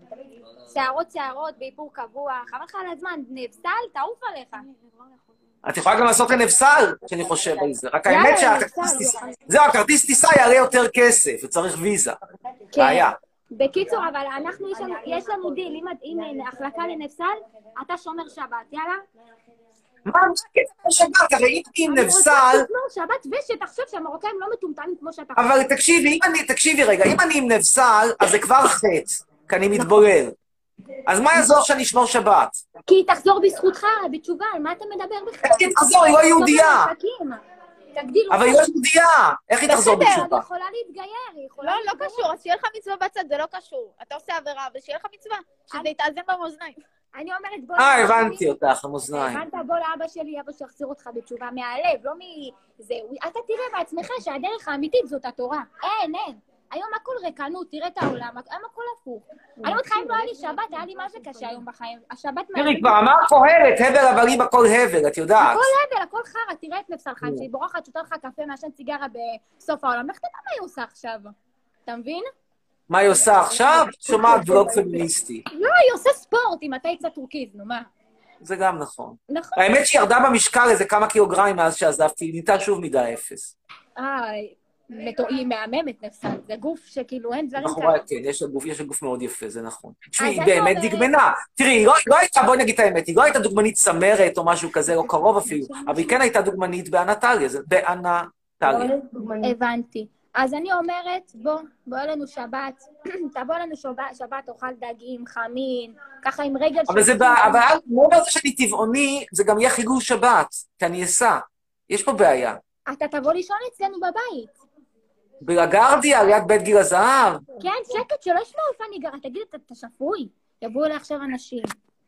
שערות באיפור קבוע. חבל לך על הזמן, נבסל, תעוף עליך. את יכולה גם לעשות לנבסל, שאני חושב על זה. רק האמת זהו, הכרטיס טיסה יעלה יותר כסף, וצריך ויזה. בעיה. בקיצור, אבל אנחנו, יש לנו דיל, אם החלקה לנבסל, אתה שומר שבת, יאללה? מה הקטע בשבת? הרי אם נבסל... שבת, ושתחשוב שהמרוקאים לא מטומטמים כמו שאתה... אבל תקשיבי רגע, אם אני עם נבסל, אז זה כבר חטא, כי אני מתבולל. אז מה יעזור שאני אשמור שבת? כי היא תחזור בזכותך, בתשובה, על מה אתה מדבר בכלל? איך היא תחזור? היא לא יהודייה. אבל היא לא יהודייה. איך היא תחזור בתשובה? היא יכולה להתגייר, לא קשור, אז שיהיה לך מצווה בצד, זה לא קשור. אתה עושה עבירה, ושיהיה לך מצווה, שזה יתאזן במאזניים. אני אומרת, בוא... הבנתי אותך, המאזניים. הבנת, בוא לאבא שלי, אבא שיחזיר אותך בתשובה מהלב, לא מזה. אתה תראה בעצמך שהדרך האמיתית זאת התורה. אין. היום הכל ריקנות, תראה את העולם, היום הכל הפוך. אני אומרת לך, אם לא היה לי שבת, היה לי מה זה קשה היום בחיים. השבת... תראי, כבר אמר קהלת, הבל הבלים הכל הבל, את יודעת. הכל הבל, הכל חרא, תראה את נפסל חיים, שהיא בורחת, שותה לך קפה, מעשן סיגרה בסוף העולם. לך תדע מה היא עושה עכשיו. אתה מבין? מה היא עושה עכשיו? שומעת בלוג פמיניסטי. לא, היא עושה ספורט עם התה קצת טורקיז, נו מה? זה גם נכון. נכון. האמת שהיא ירדה במשקל איזה כמה קילוגרמים מאז שעזבתי, היא נהייתה שוב מידה 0. היא מהממת נפסל, זה גוף שכאילו אין דברים כאלה. כן, יש לה גוף מאוד יפה, זה נכון. תשמעי, היא באמת דגמנה. תראי, היא לא הייתה, בואי נגיד את האמת, היא לא הייתה דוגמנית צמרת או משהו כזה, או קרוב אפילו, אבל היא כן הייתה דוגמנית באנטליה, זה באנטליה. הבנתי. אז אני אומרת, בוא אלינו שבת, תבוא אלינו שבת, אוכל דגים, חמין, ככה עם רגל... אבל מעבר זה שאני טבעוני, זה גם יהיה חילול שבת, כי אני אסע. יש פה בעיה. אתה תבוא לישון אצלנו בבית. בלגרדיה, ליד בית גיל הזהב. כן, שקט, שלא ישמעו איפה אני גרה. תגיד, אתה שפוי? יבואו אליי עכשיו אנשים.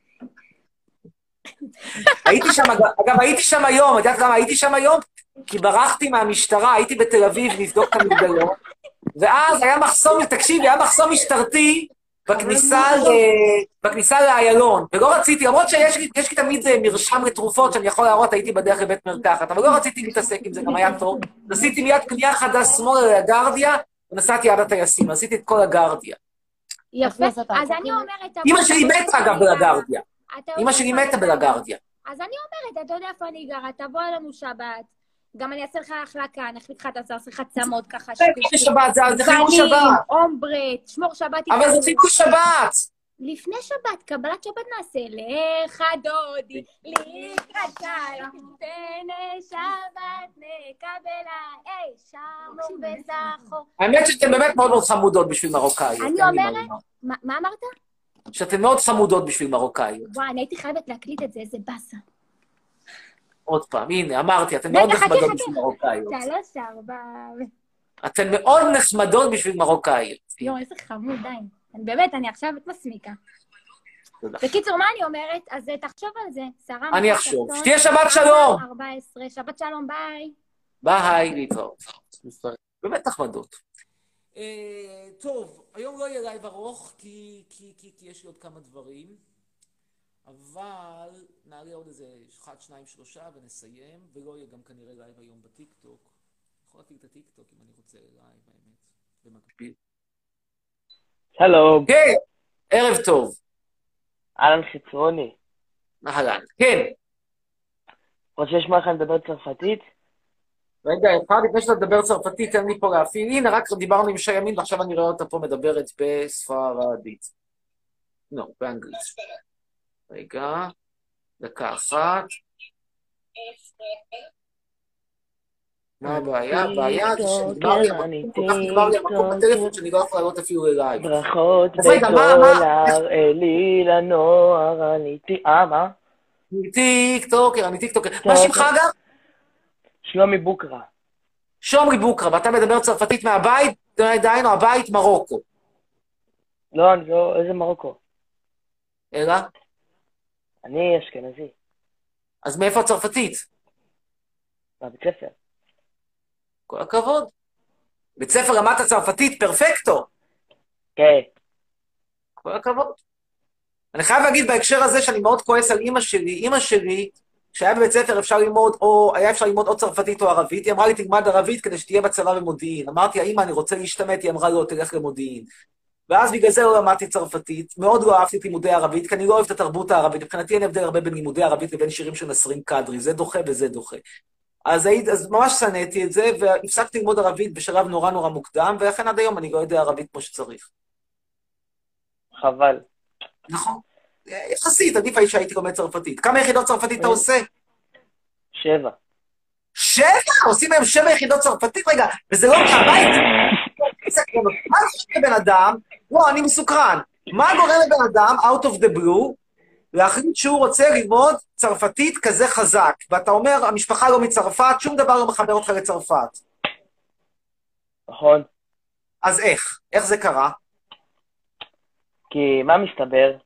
הייתי שם היום, את יודעת למה הייתי שם היום? כי ברחתי מהמשטרה, הייתי בתל אביב לבדוק את המגדלות, ואז היה מחסום, תקשיבי, היה מחסום משטרתי בכניסה לאיילון, ולא רציתי, למרות שיש לי תמיד מרשם לתרופות שאני יכול להראות, הייתי בדרך לבית מרקחת, אבל לא רציתי להתעסק עם זה, גם היה טוב. נסעתי מיד פנייה חדה שמאלה לגרדיה, ונסעתי עד הטייסים, עשיתי את כל הגרדיה. יפה, אז אני אומרת... אמא שלי מתה אגב בלגרדיה. אמא שלי מתה בלגרדיה. אז אני אומרת, אתה יודע איפה אני גרה, תבוא אלינו שבת, גם אני אעשה לך החלקה, נחליק לך את זה, אעשה לך צמוד ככה. זה שבת, זה חילול שבת. אומברט, שמור שבת. אבל זה חילול שבת. לפני שבת, קבלת שבת נעשה. לך דודי, לקראת קלה, תנה שבת נקבלה, שרנו וזכור. האמת שאתם באמת מאוד מאוד חמודות בשביל מרוקאיות. אני אומרת, מה אמרת? שאתם מאוד חמודות בשביל מרוקאיות. וואי, אני הייתי חייבת להקליט את זה, איזה באסה. עוד פעם, הנה, אמרתי, אתם מאוד נחמדות בשביל מרוקאיות. 3, 4... אתן מאוד נחמדות בשביל מרוקאיות. יואו, איזה חמוד, די. באמת, אני עכשיו מסמיקה. תודה. בקיצור, מה אני אומרת? אז תחשוב על זה, שרה. אני אחשוב. שתהיה שבת שלום. 14, שבת שלום, ביי. ביי, להתראות. באמת נחמדות. טוב, היום לא יהיה לייב ארוך, כי יש לי עוד כמה דברים, אבל נעלה עוד איזה 1, 2, 3 ונסיים, ולא יהיה גם כנראה לייב היום בטיקטוק. יכול להפעיל את הטיקטוק אם אני רוצה לייב, האמת, במקביל. שלום. כן, ערב טוב. אהלן חצרוני. אהלן, כן. רוצה לשמוע לך לדבר צרפתית? רגע, אחד לפני שאתה מדבר צרפתית, תן לי פה להפעיל. הנה, רק דיברנו עם שי ימין, ועכשיו אני רואה אותה פה מדברת בספרדית. לא, באנגלית. רגע, דקה אחת. מה הבעיה? הבעיה זה שנגמר לי המקום בטלפון שאני לא יכול לעלות אפילו ללייב. ברכות רגע, מה? בדולר, אלי לנוער, עניתי... מה? אני טיקטוקר, אני טיקטוקר. מה שמך אגב? שלומי בוקרה. שומרי בוקרה, ואתה מדבר צרפתית מהבית? דיינו, הבית מרוקו. לא, אני לא... איזה מרוקו? אלא? אני אשכנזי. אז מאיפה הצרפתית? בבית ספר. כל הכבוד. בית ספר למדת צרפתית פרפקטו. כן. כל הכבוד. אני חייב להגיד בהקשר הזה שאני מאוד כועס על אמא שלי. אמא שלי, כשהיה בבית ספר אפשר ללמוד, היה אפשר ללמוד או צרפתית או ערבית, היא אמרה לי תלמד ערבית כדי שתהיה בצבא במודיעין. אמרתי, האמא, אני רוצה להשתמט, היא אמרה לא, תלך למודיעין. ואז בגלל זה לא למדתי צרפתית, מאוד לא אהבתי את לימודי ערבית, כי אני לא אוהב את התרבות הערבית, מבחינתי אין הבדל הרבה בין לימודי ערבית לבין שירים של נסרים קדרי, זה דוחה וזה דוחה. אז ממש שנאתי את זה, והפסקתי ללמוד ערבית בשלב נורא נורא מוקדם, ולכן עד היום אני לא יודע ערבית כמו שצריך. חבל. נכון. יחסית, עדיף שהייתי לומד צרפתית. כמה יחידות צרפתית אתה עושה? 7. 7? עושים היום 7 יחידות צרפתית? רגע, וזה לא מהבית? מה זה לבן אדם? לא, אני מסוקרן. מה גורם לבן אדם, out of the blue, להחליט שהוא רוצה ללמוד צרפתית כזה חזק? ואתה אומר, המשפחה לא מצרפת, שום דבר לא מחבר אותך לצרפת. נכון. אז איך? איך זה קרה? כי מה מסתבר?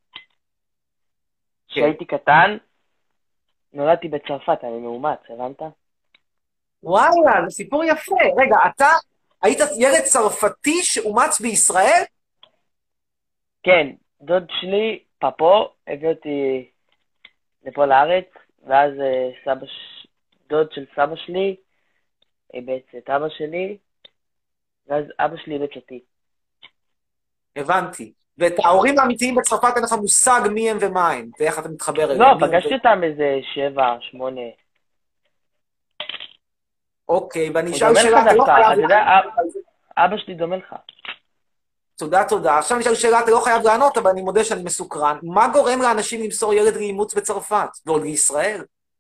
כשהייתי קטן, נולדתי בצרפת, אני מאומץ, הבנת? וואלה, זה סיפור יפה. רגע, אתה היית ילד צרפתי שאומץ בישראל? כן, דוד שלי, פפו, הביא אותי לפה לארץ, ואז דוד של סבא שלי, איבץ את אבא שלי, ואז אבא שלי איבץ אותי. הבנתי. ואת ההורים האמיתיים בצרפת אין לך מושג מי הם ומה הם, ואיך אתה מתחבר אליהם. לא, פגשתי אותם איזה 7, 8. אוקיי, ואני הוא אשאל דומה שאלה, לך אתה לא דווקא, חייב... אתה יודע, אבא שלי דומה לך. תודה. עכשיו נשאל שאלה, אתה לא חייב לענות, אבל אני מודה שאני מסוקרן. מה גורם לאנשים למסור ילד לאימוץ בצרפת? ועוד לישראל?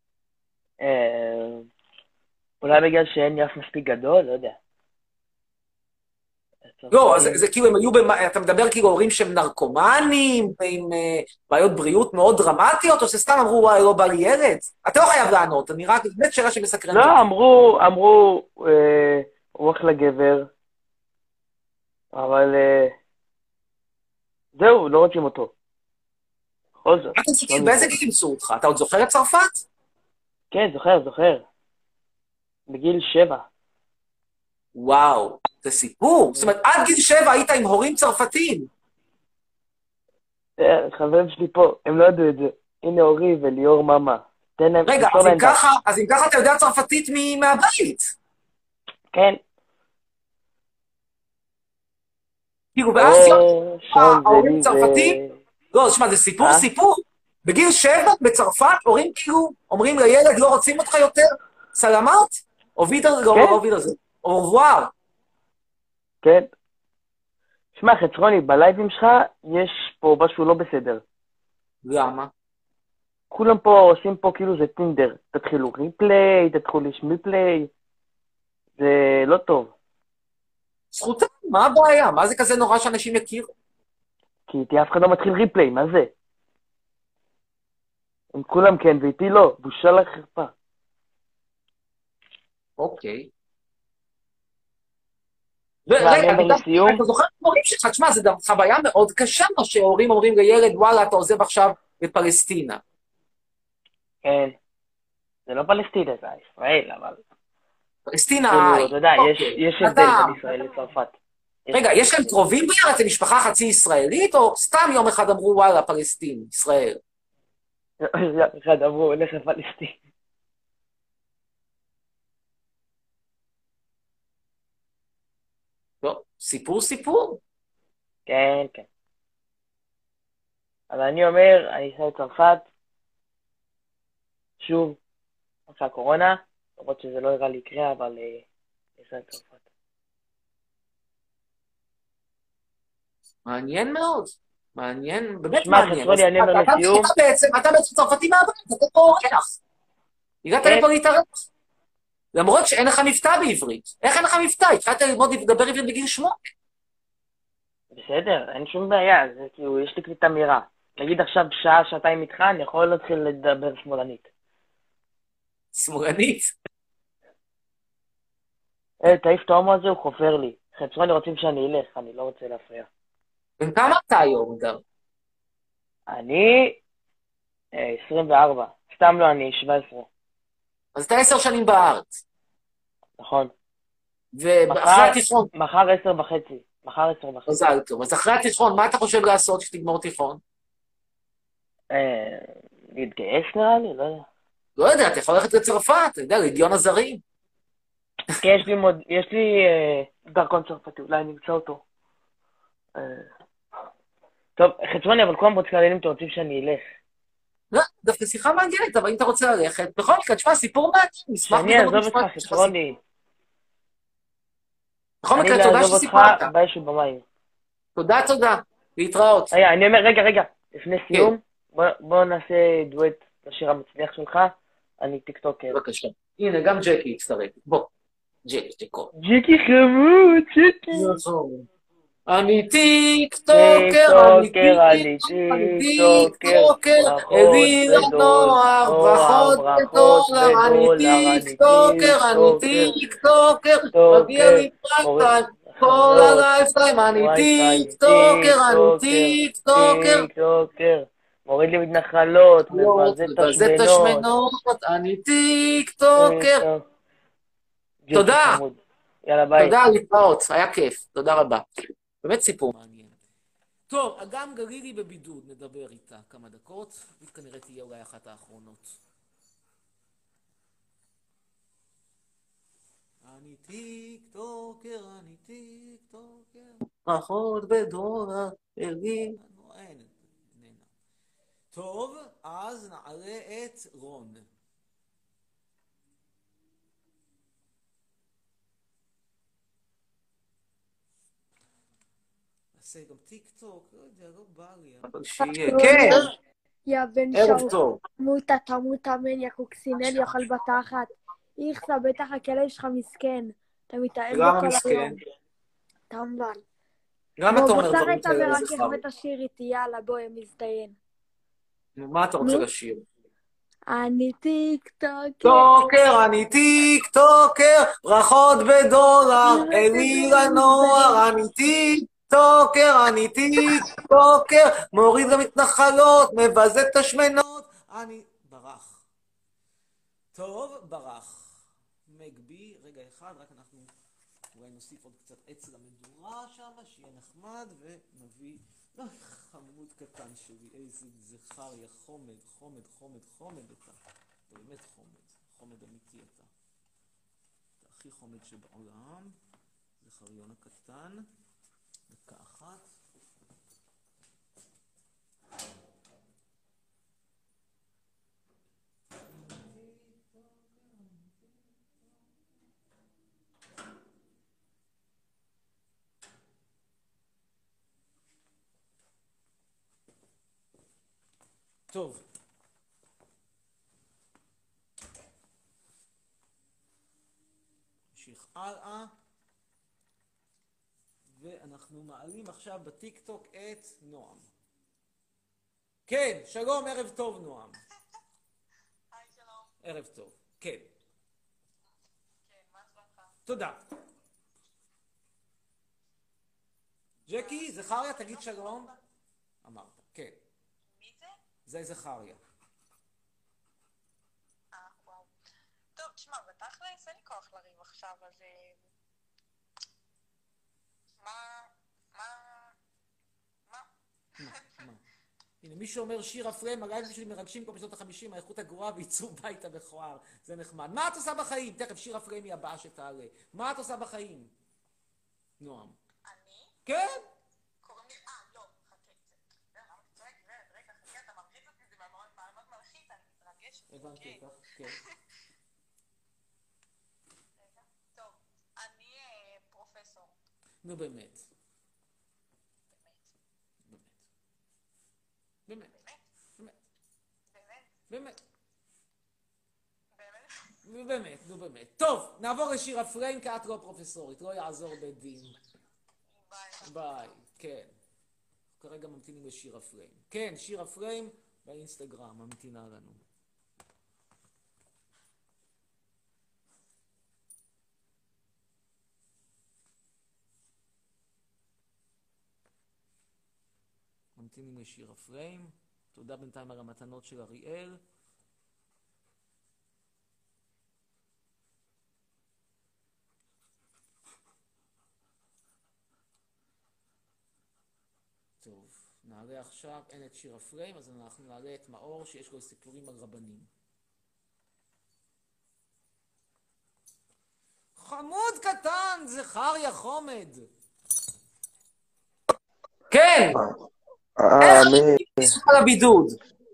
אולי בגלל שאין לי אף מספיק גדול, לא יודע. לא, זה כאילו, הם היו, אתה מדבר כאילו הורים שהם נרקומנים, עם בעיות בריאות מאוד דרמטיות, או שסתם אמרו, וואי, לא בא לי ילד? אתה לא חייב לענות, אני רק, באמת שאלה שמסקרנת. לא, אמרו, הוא אחלה גבר, אבל זהו, לא רוצים אותו. בכל זאת. באיזה גיל אימצו אותך? אתה עוד זוכר את צרפת? כן, זוכר. בגיל 7. וואו, זה סיפור. זאת אומרת, עד גיל 7 היית עם הורים צרפתים. חברים שלי פה, הם לא ידעו את זה. הנה אורי וליאור מאמה. רגע, אז אם ככה אתה יודע צרפתית מהבית. כן. כאילו, ואז ההורים צרפתים, לא, שמע, זה סיפור. בגיל 7 בצרפת, הורים כאילו אומרים לילד, לא רוצים אותך יותר, סלמת? או וידר זה. או רבואר. כן. שמע, חצרוני, בלייבים שלך יש פה משהו לא בסדר. למה? כולם פה עושים פה כאילו זה טינדר. תתחילו ריפליי, תתחילו שמיפליי. זה לא טוב. זכותם, מה הבעיה? מה זה כזה נורא שאנשים יכירו? כי איתי אף אחד לא מתחיל ריפליי, מה זה? הם כולם כן, ואיתי לא. בושה לחרפה. אוקיי. ורגע, מעניין לסיום. אתה זוכר את ההורים שלך, תשמע, זו גם חוויה מאוד קשה, שהורים אומרים לילד, וואלה, אתה עוזב עכשיו בפלסטינה. כן. זה לא פלסטינה, זה ישראל, אבל... פלסטינה, כאילו, אתה יודע, אוקיי. יש אתה- הבדל בין ישראל לצרפת. רגע, יש להם קרובים בארץ, הם משפחה חצי ישראלית, או סתם יום אחד אמרו, וואלה, פלסטין, ישראל? אחד אמרו, הולך לפלסטין. לא, סיפור. כן, כן. אבל אני אומר, אני אסע לצרפת, שוב, אחרי הקורונה, למרות שזה לא יראה לי יקרה, אבל אני אסע לצרפת. מעניין מאוד. מעניין, באמת שמע, מעניין. חצרוני, אני אומר לסיום. אתה בעצם צרפתי מהבית, אתה פה אורח. הגעת כן. לפה להתארח. למרות שאין לך מבטא בעברית. איך אין לך מבטא? התחלת ללמוד לדבר עברית בגיל 8. בסדר, אין שום בעיה, זה כאילו, יש לי קליטה מהירה. נגיד עכשיו שעה, שעתיים איתך, אני יכול להתחיל לדבר שמאלנית. שמאלנית. תעיף את ההומו הזה, הוא חופר לי. חצרוני רוצים שאני אלך, אני לא רוצה להפריע. בן כמה אתה היום, אגב? אני 24, סתם לא, אני 17, אז אתה 10 שנים בארץ. נכון. ואחרי התיכון, מחר 10:30. מחר 10:30. מזל טוב. אז אחרי התיכון, מה אתה חושב לעשות כשתגמור תיכון? להתגייס נראה לי, לא יודע. לא יודע, אתה יכול ללכת לצרפת, אתה יודע, לגיון הזרים. כן, יש לי דרכון צרפתי, אולי אני אמצא אותו. טוב, חצרוני, אבל כולם רוצים להבין אם אתם רוצים שאני אלך. לא, דווקא שיחה מעניינת, אבל אם אתה רוצה ללכת, בכל מקרה, תשמע, סיפור מעניין, נשמח שאני מאוד אעזוב לשמוע אותך, את שלך. חצרוני. בכל אני מקרה, תודה לעזוב אותך, שסיפרת. באש ובמים. תודה. להתראות. אני אומר, רגע, לפני סיום, בוא נעשה דואט לשיר המצליח שלך, אני טיקטוקר. בבקשה. הנה, גם ג'קי יצטרף. בוא. ג'קו. ג'קי חמוד, ג'קי. אני טיקטוקר, אני טיקטוקר, הביא לנוער, ברכות בדולר, אני טיקטוקר, מגיע לי פרקטיים, כל הלייפטיים, אני טיקטוקר. מוריד לי מתנחלות, מבזה את מבזה את השמנות, אני טיקטוקר. תודה. יאללה, ביי. תודה, להתראות, היה כיף, תודה רבה. באמת סיפור מעניין. טוב, אגם גלילי בבידוד, נדבר איתה כמה דקות, היא כנראה תהיה אולי אחת האחרונות. אני טיקטוקר, פחות בדולר, אין. טוב, אז נעלה את רון. נעשה גם טיק טוק, לא יודע, לא בא לי, אבל שיהיה. כן, יא בן ערב שאול, טוב. מוטה תמות אמן, יא קוקסינל יאכל בתחת. איכסה, בטח הכלב שלך מסכן. אתה מתאהב למה בו כל מסכן? היום. טמבל. למה אתה בוא אומר דברים תראה את כאלה המרכך לזכר? ותשאיר איתי, יאללה, בואי, מזדיין. מה אתה רוצה לשיר? אני טיקטוקר. טוקר, אני טיקטוקר, ברכות בדולר, אלי לנוער, אני טיקטוקר, מוריד למתנחלות, מבזה את השמנות, אני... ברח. טוב, ברח. מגבי, רגע אחד, רק אנחנו אולי נוסיף עוד קצת עץ למדורה שם, שיהיה נחמד, ונביא... חמוד קטן שלי, איזה זכריה, חומד אתה. אתה באמת חומד אמיתי אתה. אתה הכי חומד שבעולם. זכריון הקטן. דקה אחת. טוב. נמשיך הלאה. ואנחנו מעלים עכשיו בטיקטוק את נועם. כן, שלום, ערב טוב נועם. היי, שלום. ערב טוב, כן. כן, מה שלומך? תודה. ג'קי, זכריה, תגיד שלום. אמרת, כן. מי זה? זה זכריה. וואו. טוב, תשמע, בתכלס אין לי כוח לריב עכשיו, אז... מה? הנה, מישהו אומר שיר הפריים, הלייבים שלי מרגשים כמו בשנות ה-50, האיכות הגרועה וייצור ביתה מכוער. זה נחמד. מה את עושה בחיים? תכף, שיר הפריים היא הבאה שתעלה. מה את עושה בחיים? נועם. אני? כן? קוראים לי... לא, חכה. למה אתה צועק? רגע, חכה, אתה מרגיש אותי, זה מאוד מלחיץ, אני מתרגשת. הבנתי אותך, כן. רגע, טוב. אני פרופסור. נו באמת. באמת. נו באמת. טוב, נעבור לשיר הפריים, כי את לא פרופסורית, לא יעזור בדין. ביי, כן. כרגע ממתינים לשיר הפריים. כן, שיר הפריים באינסטגרם, ממתינה לנו. ממתינים לשיר הפריים. תודה בינתיים על המתנות של אריאל. טוב, נעלה עכשיו, אין את שיר הפריים, אז אנחנו נעלה את מאור שיש לו סיפורים על רבנים. חמוד קטן, זכריה חומד. כן! איך נכנסו על הבידוד?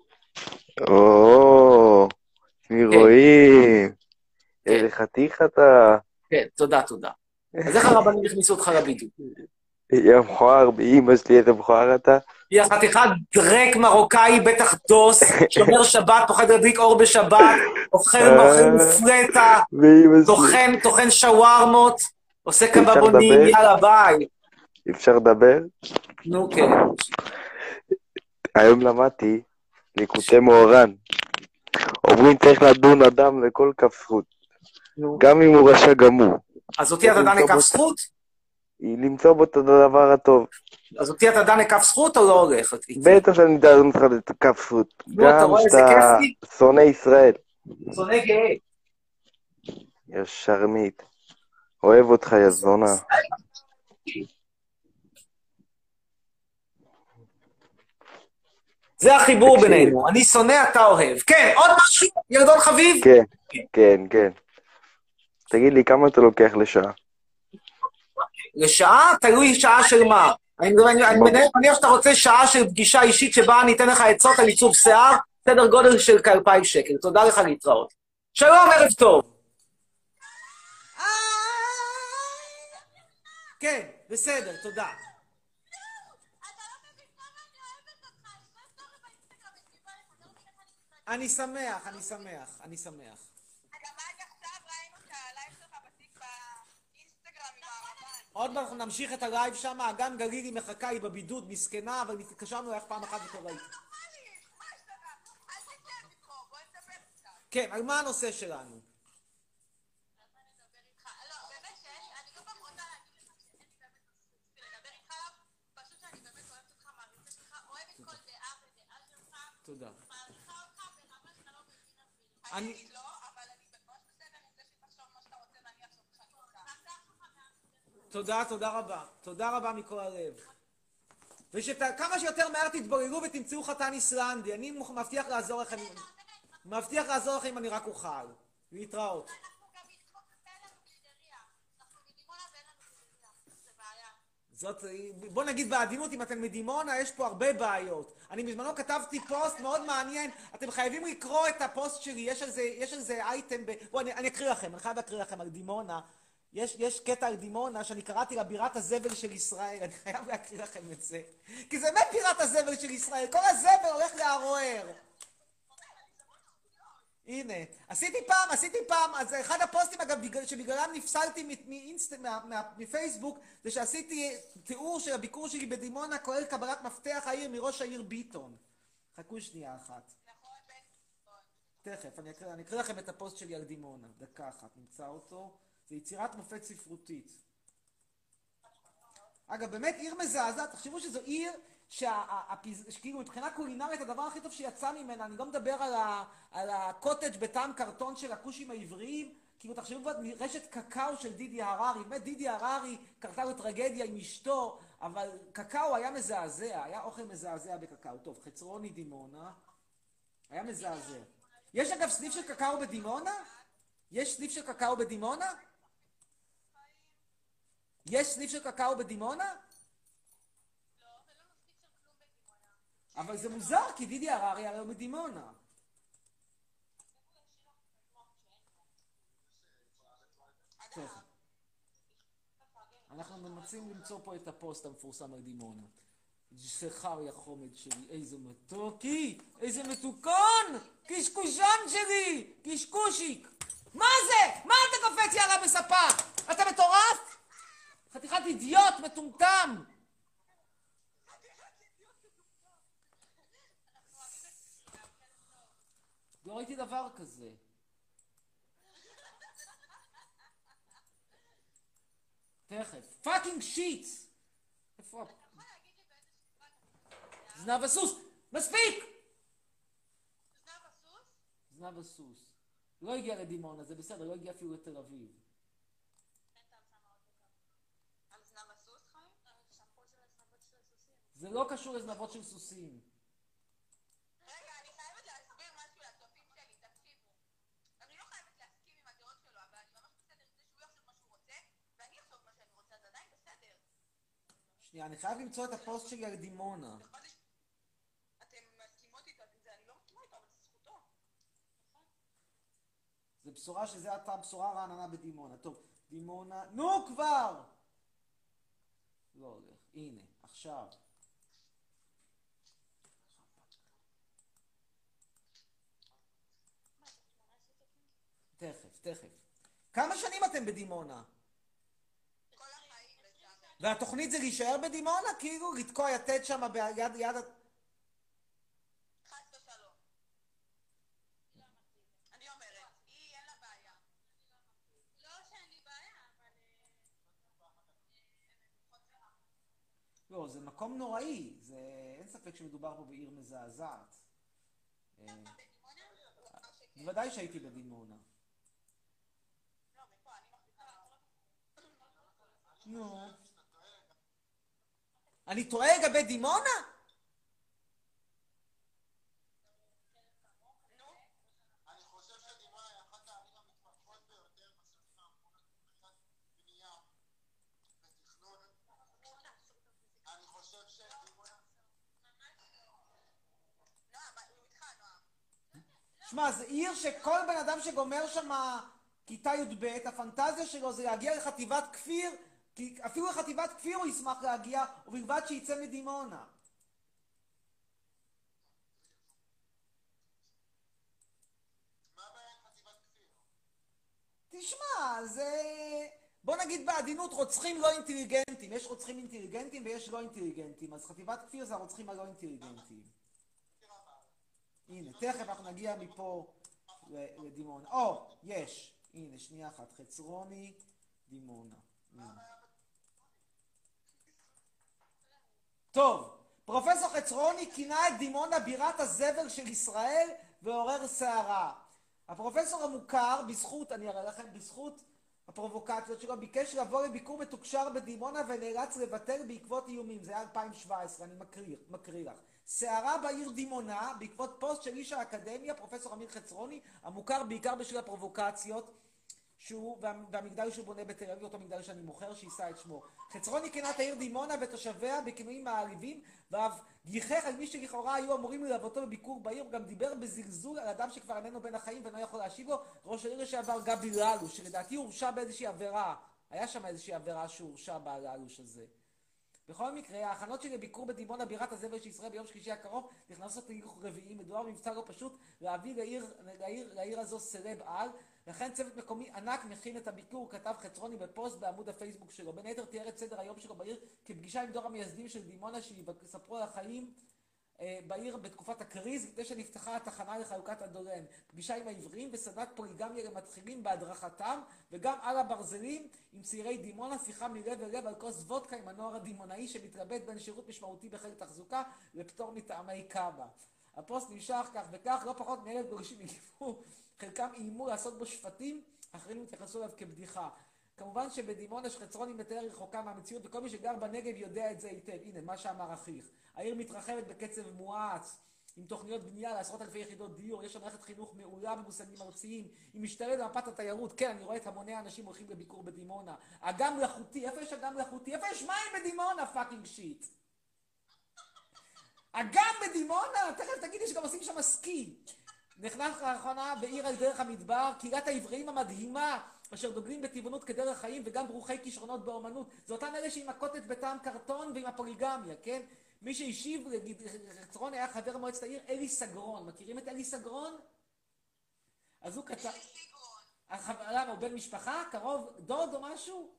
מי רואים? איזה חתיך אתה. כן, תודה. אז איך הרבנים הכניסו אותך לבידוד? יא מכוער, באמא שלי איזה מכוער אתה. יא חתיכת דרק מרוקאי, בטח דוס, שומר שבת, פוחד להדליק אור בשבת, אוכל מופרטה, טוחן שווארמות, עושה קבבונים, יאללה ביי. אפשר לדבר? נו כן. היום למדתי ליקוטי מוהר"ן. אומרים צריך לדון אדם לכל כף זכות. גם אם הוא רשע גמור. אז אותי אתה דן לכף זכות? למצוא בו את הדבר הטוב. אז אותי אתה דן לכף זכות או לא הולך? בטח שאני דן לך לכף זכות. גם שאתה שונא ישראל. שונא גאה. יא שרמית. אוהב אותך יא זונה. זה החיבור בינינו, אני שונא, אתה אוהב. כן, עוד משהו? ילדון חביב? כן. תגיד לי, כמה אתה לוקח לשעה? לשעה? תלוי שעה של מה. אני מניח שאתה רוצה שעה של פגישה אישית שבה אני אתן לך עצות על עיצוב שיער, סדר גודל של כ2,000 שקל. תודה לך להתראות. שלום, ערב טוב. כן, בסדר, תודה. אני שמח. גם עד עכשיו ראינו את הלייב שלך באינסטגרם עם הערבן. עוד מעט אנחנו נמשיך את הלייב שם, גם גלילי מחכה, היא בבידוד, מסכנה, אבל התקשרנו לך פעם אחת וכל ראיתי. כן, על מה הנושא שלנו? תודה. אני לא, אבל אני בכל בסדר עם זה שתחשוב מה שאתה רוצה ואני אחשוב לך. תודה רבה מכל הלב. ושכמה שיותר מהר תתבוללו ותמצאו חתן איסלנדי. אני מבטיח לעזור לכם אם אני רק אוכל. להתראות. אנחנו גם נדחוק לנו גלדריה. אנחנו מדימונה ואין לנו גלדריה. זה בעיה. בוא נגיד בעדינות, אם אתם מדימונה, יש פה הרבה בעיות. אני בזמנו כתבתי פוסט מאוד מעניין, אתם חייבים לקרוא את הפוסט שלי, יש על זה אייטם, בואו אני אקריא לכם, אני חייב להקריא לכם על דימונה. יש קטע על דימונה שאני קראתי לה בירת הזבל של ישראל, אני חייב להקריא לכם את זה. כי זה באמת בירת הזבל של ישראל, כל הזבל הולך לערוער. הנה, עשיתי פעם, אז אחד הפוסטים אגב שבגללם נפסלתי מפייסבוק, זה שעשיתי תיאור של הביקור שלי בדימונה, כולל קבלת מפתח העיר מראש העיר ביטון. חכו שנייה אחת. תכף, אני אקריא לכם את הפוסט שלי על דימונה, דקה אחת, נמצא אותו. זה יצירת מופת ספרותית. אגב, באמת עיר מזעזעת, תחשבו שזו עיר שכאילו מבחינה קולינרית הדבר הכי טוב שיצא ממנה, אני לא מדבר על הקוטג' בטעם קרטון של הכושים העבריים, כאילו תחשבו כבר רשת קקאו של דידי הררי, באמת דידי הררי קרתה לו טרגדיה עם אשתו, אבל קקאו היה מזעזע, היה אוכל מזעזע בקקאו. טוב, חצרוני דימונה, היה מזעזע. יש אגב סניף של קקאו בדימונה? יש סניף של קקאו בדימונה? יש סניף של קקאו בדימונה? אבל זה מוזר, כי דידי הררי הרי הוא בדימונה. אנחנו מנסים למצוא פה את הפוסט המפורסם על דימונה. זכריה חומד שלי, איזה מתוקי, איזה מתוקון, קשקושן שלי, קשקושיק. מה זה? מה אתה קופץ יאללה בספה? אתה מטורף? חתיכת אידיוט מטומטם. לא ראיתי דבר כזה. תכף. פאקינג שיטס! איפה? זנב הסוס! מספיק! זנב הסוס. לא הגיע לדימונה, זה בסדר, לא הגיע אפילו לתל אביב. זה לא קשור לזנבות של סוסים. רגע, אני חייבת להסביר משהו לצופים שלי, תקשיבו. אני לא חייבת להסכים עם הדעות שלו, אבל אני ממש בסדר עם זה שהוא יחשוב מה שהוא רוצה, ואני אחשוב מה שאני רוצה, זה עדיין בסדר. שנייה, אני חייב למצוא את הפוסט שלי על דימונה. אתם מסכימות איתו, אני לא מסכימה איתו, אבל זה זכותו. זה בשורה שזה הייתה בשורה רעננה בדימונה. טוב, דימונה... נו כבר! לא הולך. הנה, עכשיו. תכף. כמה שנים אתם בדימונה? כל החיים לצערי. והתוכנית זה להישאר בדימונה? כאילו לתקוע יתד שם ביד... חס ושלום. אני אומרת, היא אין לה בעיה. לא שאין לי בעיה, אבל... לא, זה מקום נוראי. אין ספק שמדובר פה בעיר מזעזעת. בוודאי שהייתי בדימונה. נו. אני טועה לגבי דימונה? אני חושב שדימונה היא אחת הערים המתפתחות ביותר בשנים האחרונות מבחינת בנייה ותכנון. אני חושב שדימונה... נועם, הוא איתך, נועם. שמע, זה עיר שכל בן אדם שגומר שם כיתה י"ב, הפנטזיה שלו זה להגיע לחטיבת כפיר, כי אפילו לחטיבת כפיר הוא ישמח להגיע, ובלבד שיצא מדימונה. מה הבעיה עם חטיבת כפיר? תשמע, זה... בוא נגיד בעדינות, רוצחים לא אינטליגנטים. יש רוצחים אינטליגנטים ויש לא אינטליגנטים, אז חטיבת כפיר זה הרוצחים הלא אינטליגנטים. הנה, תכף אנחנו נגיע מפה לדימונה. יש. הנה, שנייה אחת. חצרוני, דימונה. טוב, פרופסור חצרוני כינה את דימונה בירת הזבל של ישראל ועורר סערה. הפרופסור המוכר, בזכות, אני אראה לכם, בזכות הפרובוקציות שלו, ביקש לבוא לביקור מתוקשר בדימונה ונאלץ לבטל בעקבות איומים. זה היה 2017, אני מקריא לך. סערה בעיר דימונה בעקבות פוסט של איש האקדמיה, פרופסור אמיר חצרוני, המוכר בעיקר בשביל הפרובוקציות, והמגדל שהוא בונה בתל אביב, אותו מגדל שאני מוכר, שיישא את שמו. חצרוני כינה את העיר דימונה ותושביה בכינויים מעליבים, ואף גיחך על מי שלכאורה היו אמורים ללוותו בביקור בעיר, וגם דיבר בזלזול על אדם שכבר איננו בין החיים ואינו יכול להשיב לו, ראש העיר לשעבר גבי ללוש, שלדעתי הורשע באיזושהי עבירה. היה שם איזושהי עבירה שהורשע בללוש הזה. בכל מקרה, ההכנות שלי לביקור בדימונה בירת הזבל של ישראל ביום שלישי הקרוב נכנסות להילוך רביעי. מדובר במבצע לא פשוט להביא לעיר הזו סלב על, לכן צוות מקומי ענק מכין את הביקור, כתב חצרוני בפוסט בעמוד הפייסבוק שלו. בין היתר תיאר את סדר היום שלו בעיר כפגישה עם דור המייסדים של דימונה שיספרו על החיים בעיר בתקופת הקריז, לפני שנפתחה התחנה לחלוקת הדולן. פגישה עם העבריים וסדנת פוליגמיה למתחילים בהדרכתם, וגם על הברזלים עם צעירי דימונה, שיחה מלב אל לב על כוס וודקה עם הנוער הדימונאי שמתלבט בין שירות משמעותי בחיל תחזוקה לפטור מטעמי קאבה. הפוסט נמשך כך וכך, לא פחות מ1,000 גולשים הגיבו, חלקם איימו לעשות בו שפטים, אחרים התייחסו אליו כבדיחה. כמובן שבדימונה שחצרוני מתאר רחוקה מהמציאות, וכל מי שגר בנגב יודע את זה היטב. הנה, מה שאמר אחיך. העיר מתרחבת בקצב מואץ, עם תוכניות בנייה לעשרות אלפי יחידות דיור, יש שם מערכת חינוך מעולה במושגים ארציים, היא משתלבת במפת התיירות. כן, אני רואה את המוני האנשים הולכים לביקור בדימונה. אגם מלאכותי, איפה יש אגם מלאכותי? איפה יש מים בדימונה? פאקינג שיט. אגם בדימונה? תכף תגידי שגם עושים שם סקי. נכנס לאחרונה בעיר על דרך המדבר, קהילת העבריים המדהימה, אשר דוגלים בטבעונות כדרך חיים וגם ברוכי כישרונות באומנות. זה אותם אלה שעם הקוטג' בטעם קרטון ועם הפוליגמיה, כן? מי שהשיב לחצרון היה חבר מועצת העיר אלי סגרון. מכירים את אלי סגרון? אז הוא כתב... למה, הוא בן משפחה? קרוב? דוד או משהו?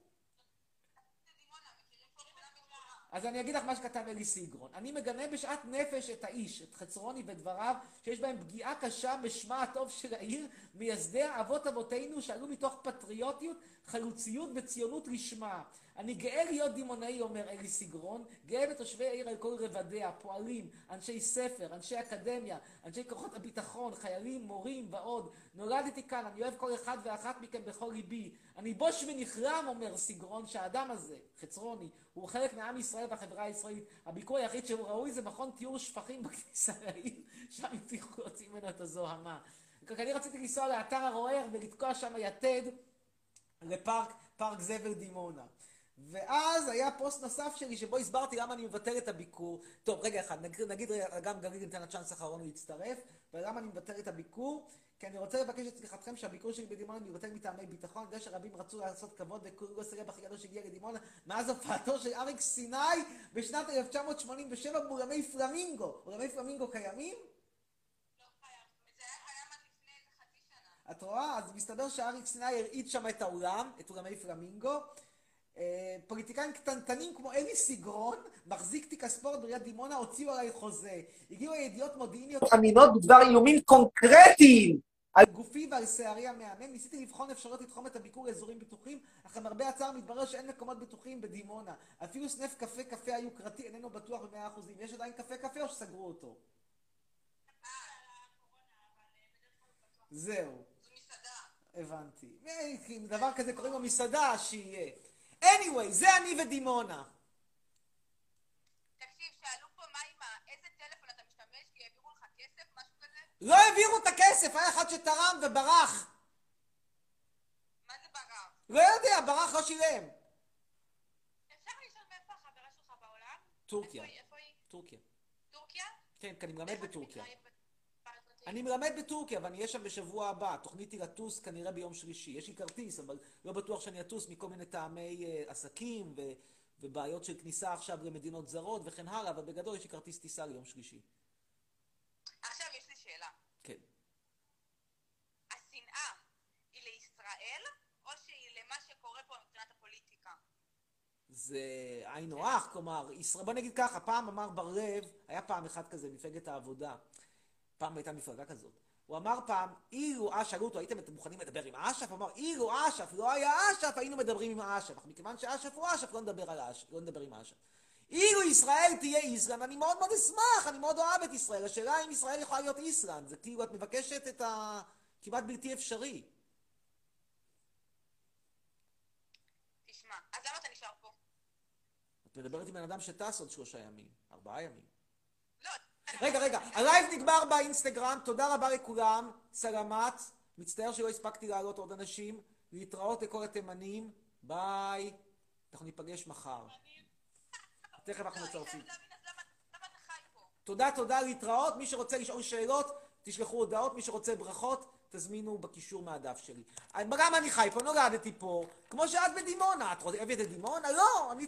אז אני אגיד לך מה שכתב אלי סגרון. אני מגנה בשעת נפש את האיש, את חצרוני ודבריו, שיש בהם פגיעה קשה בשמה הטוב של העיר, מייסדיה אבות אבותינו שעלו מתוך פטריוטיות, חלוציות וציונות לשמה. אני גאה להיות דימונאי, אומר אלי סגרון, גאה בתושבי העיר על כל רבדיה, פועלים, אנשי ספר, אנשי אקדמיה, אנשי כוחות הביטחון, חיילים, מורים ועוד. נולדתי כאן, אני אוהב כל אחד ואחת מכם בכל ליבי. אני בוש ונחרם, אומר סגרון, שהאדם הזה, חצרוני, הוא חלק מעם ישראל והחברה הישראלית. הביקור היחיד שהוא ראוי זה מכון טיהור שפכים בכניסה לעיר, שם הצליחו להוציא ממנו את הזוהמה. אני רציתי לנסוע לאתר הרוער ולתקוע שם יתד לפארק זבל דימונה. ואז היה פוסט נוסף שלי שבו הסברתי למה אני מבטל את הביקור. טוב, רגע אחד, נגיד גם גליל ניתן הצ'אנס האחרון להצטרף, ולמה אני מבטל את הביקור? כי אני רוצה לבקש את סליחתכם שהביקור שלי בדימונה מבטל מטעמי ביטחון. אני יודע שרבים רצו לעשות כבוד וכולו לא סרב הכי גדול שהגיע לדימונה מאז הופעתו של אריק סיני בשנת 1987 באולמי פלמינגו. אולמי פלמינגו קיימים? לא קיים. זה היה קיים עד לפני איזה חצי שנה. את רואה? אז מסתבר שאריק סיני הרעיד שם את האולם, את אולמי פלמינגו. פוליטיקאים קטנטנים כמו אלי סגרון, מחזיק תיק הספורט בעיריית דימונה, הוציאו עליי חוזה. הגיעו הידיעות מודיעיניות אמינות בדבר איומים קונקרטיים על גופי ועל שערי המאמן. ניסיתי לבחון אפשרות לתחום את הביקור לאזורים בטוחים, אך למרבה הצער מתברר שאין מקומות בטוחים בדימונה. אפילו סניף קפה היוקרתי איננו בטוח ב100%. יש עדיין קפה או שסגרו אותו? זהו. זו מסעדה. הבנתי. אם דבר כזה קוראים לו מסעדה, שיהיה. anyway, זה אני ודימונה. תקשיב, שאלו פה מה עם איזה טלפון אתה משתמש, כי העבירו לך כסף, משהו כזה? לא העבירו את הכסף, היה אחד שתרם וברח. מה זה ברח? לא יודע, ברח לא שילם. אפשר לשאול מאיפה החברה שלך בעולם? טורקיה. איפה היא? טורקיה. טורקיה? כן, כי אני מלמד בטורקיה. איפה את אני מלמד בטורקיה, ואני אהיה שם בשבוע הבא. תוכניתי לטוס כנראה ביום שלישי. יש לי כרטיס, אבל לא בטוח שאני אטוס מכל מיני טעמי עסקים ובעיות של כניסה עכשיו למדינות זרות וכן הלאה, אבל בגדול יש לי כרטיס טיסה ליום שלישי. עכשיו יש לי שאלה. כן. השנאה היא לישראל, או שהיא למה שקורה פה מבחינת הפוליטיקה? זה עין אוח, כלומר, בוא נגיד ככה, פעם אמר בר-לב, היה פעם אחד כזה, מפלגת העבודה, פעם הייתה מפלגה כזאת. הוא אמר פעם, אילו שאלו אותו, הייתם מוכנים לדבר עם אש"ף? הוא אמר, אילו אש"ף לא היה אש"ף, היינו מדברים עם אש"ף. אך מכיוון שאש"ף הוא אש"ף, לא נדבר עם אש"ף. אילו ישראל תהיה איסלנד, אני מאוד מאוד אשמח, אני מאוד אוהב את ישראל. השאלה אם ישראל יכולה להיות איסלנד, זה כאילו את מבקשת את כמעט בלתי אפשרי. תשמע, אז למה אתה נשאר פה? את מדברת עם בן אדם שטס עוד 3 ימים, 4 ימים. לא. רגע, הלייב נגמר באינסטגרם, תודה רבה לכולם, סלמת, מצטער שלא הספקתי לעלות עוד אנשים, להתראות לכל התימנים, ביי, אנחנו ניפגש מחר. תכף אנחנו מצרפים. למה אתה חי פה? תודה, להתראות, מי שרוצה לשאול שאלות, תשלחו הודעות, מי שרוצה ברכות, תזמינו בקישור מהדף שלי. גם אני חי פה, נולדתי פה, כמו שאת בדימונה, את אוהבת את דימונה? לא, אני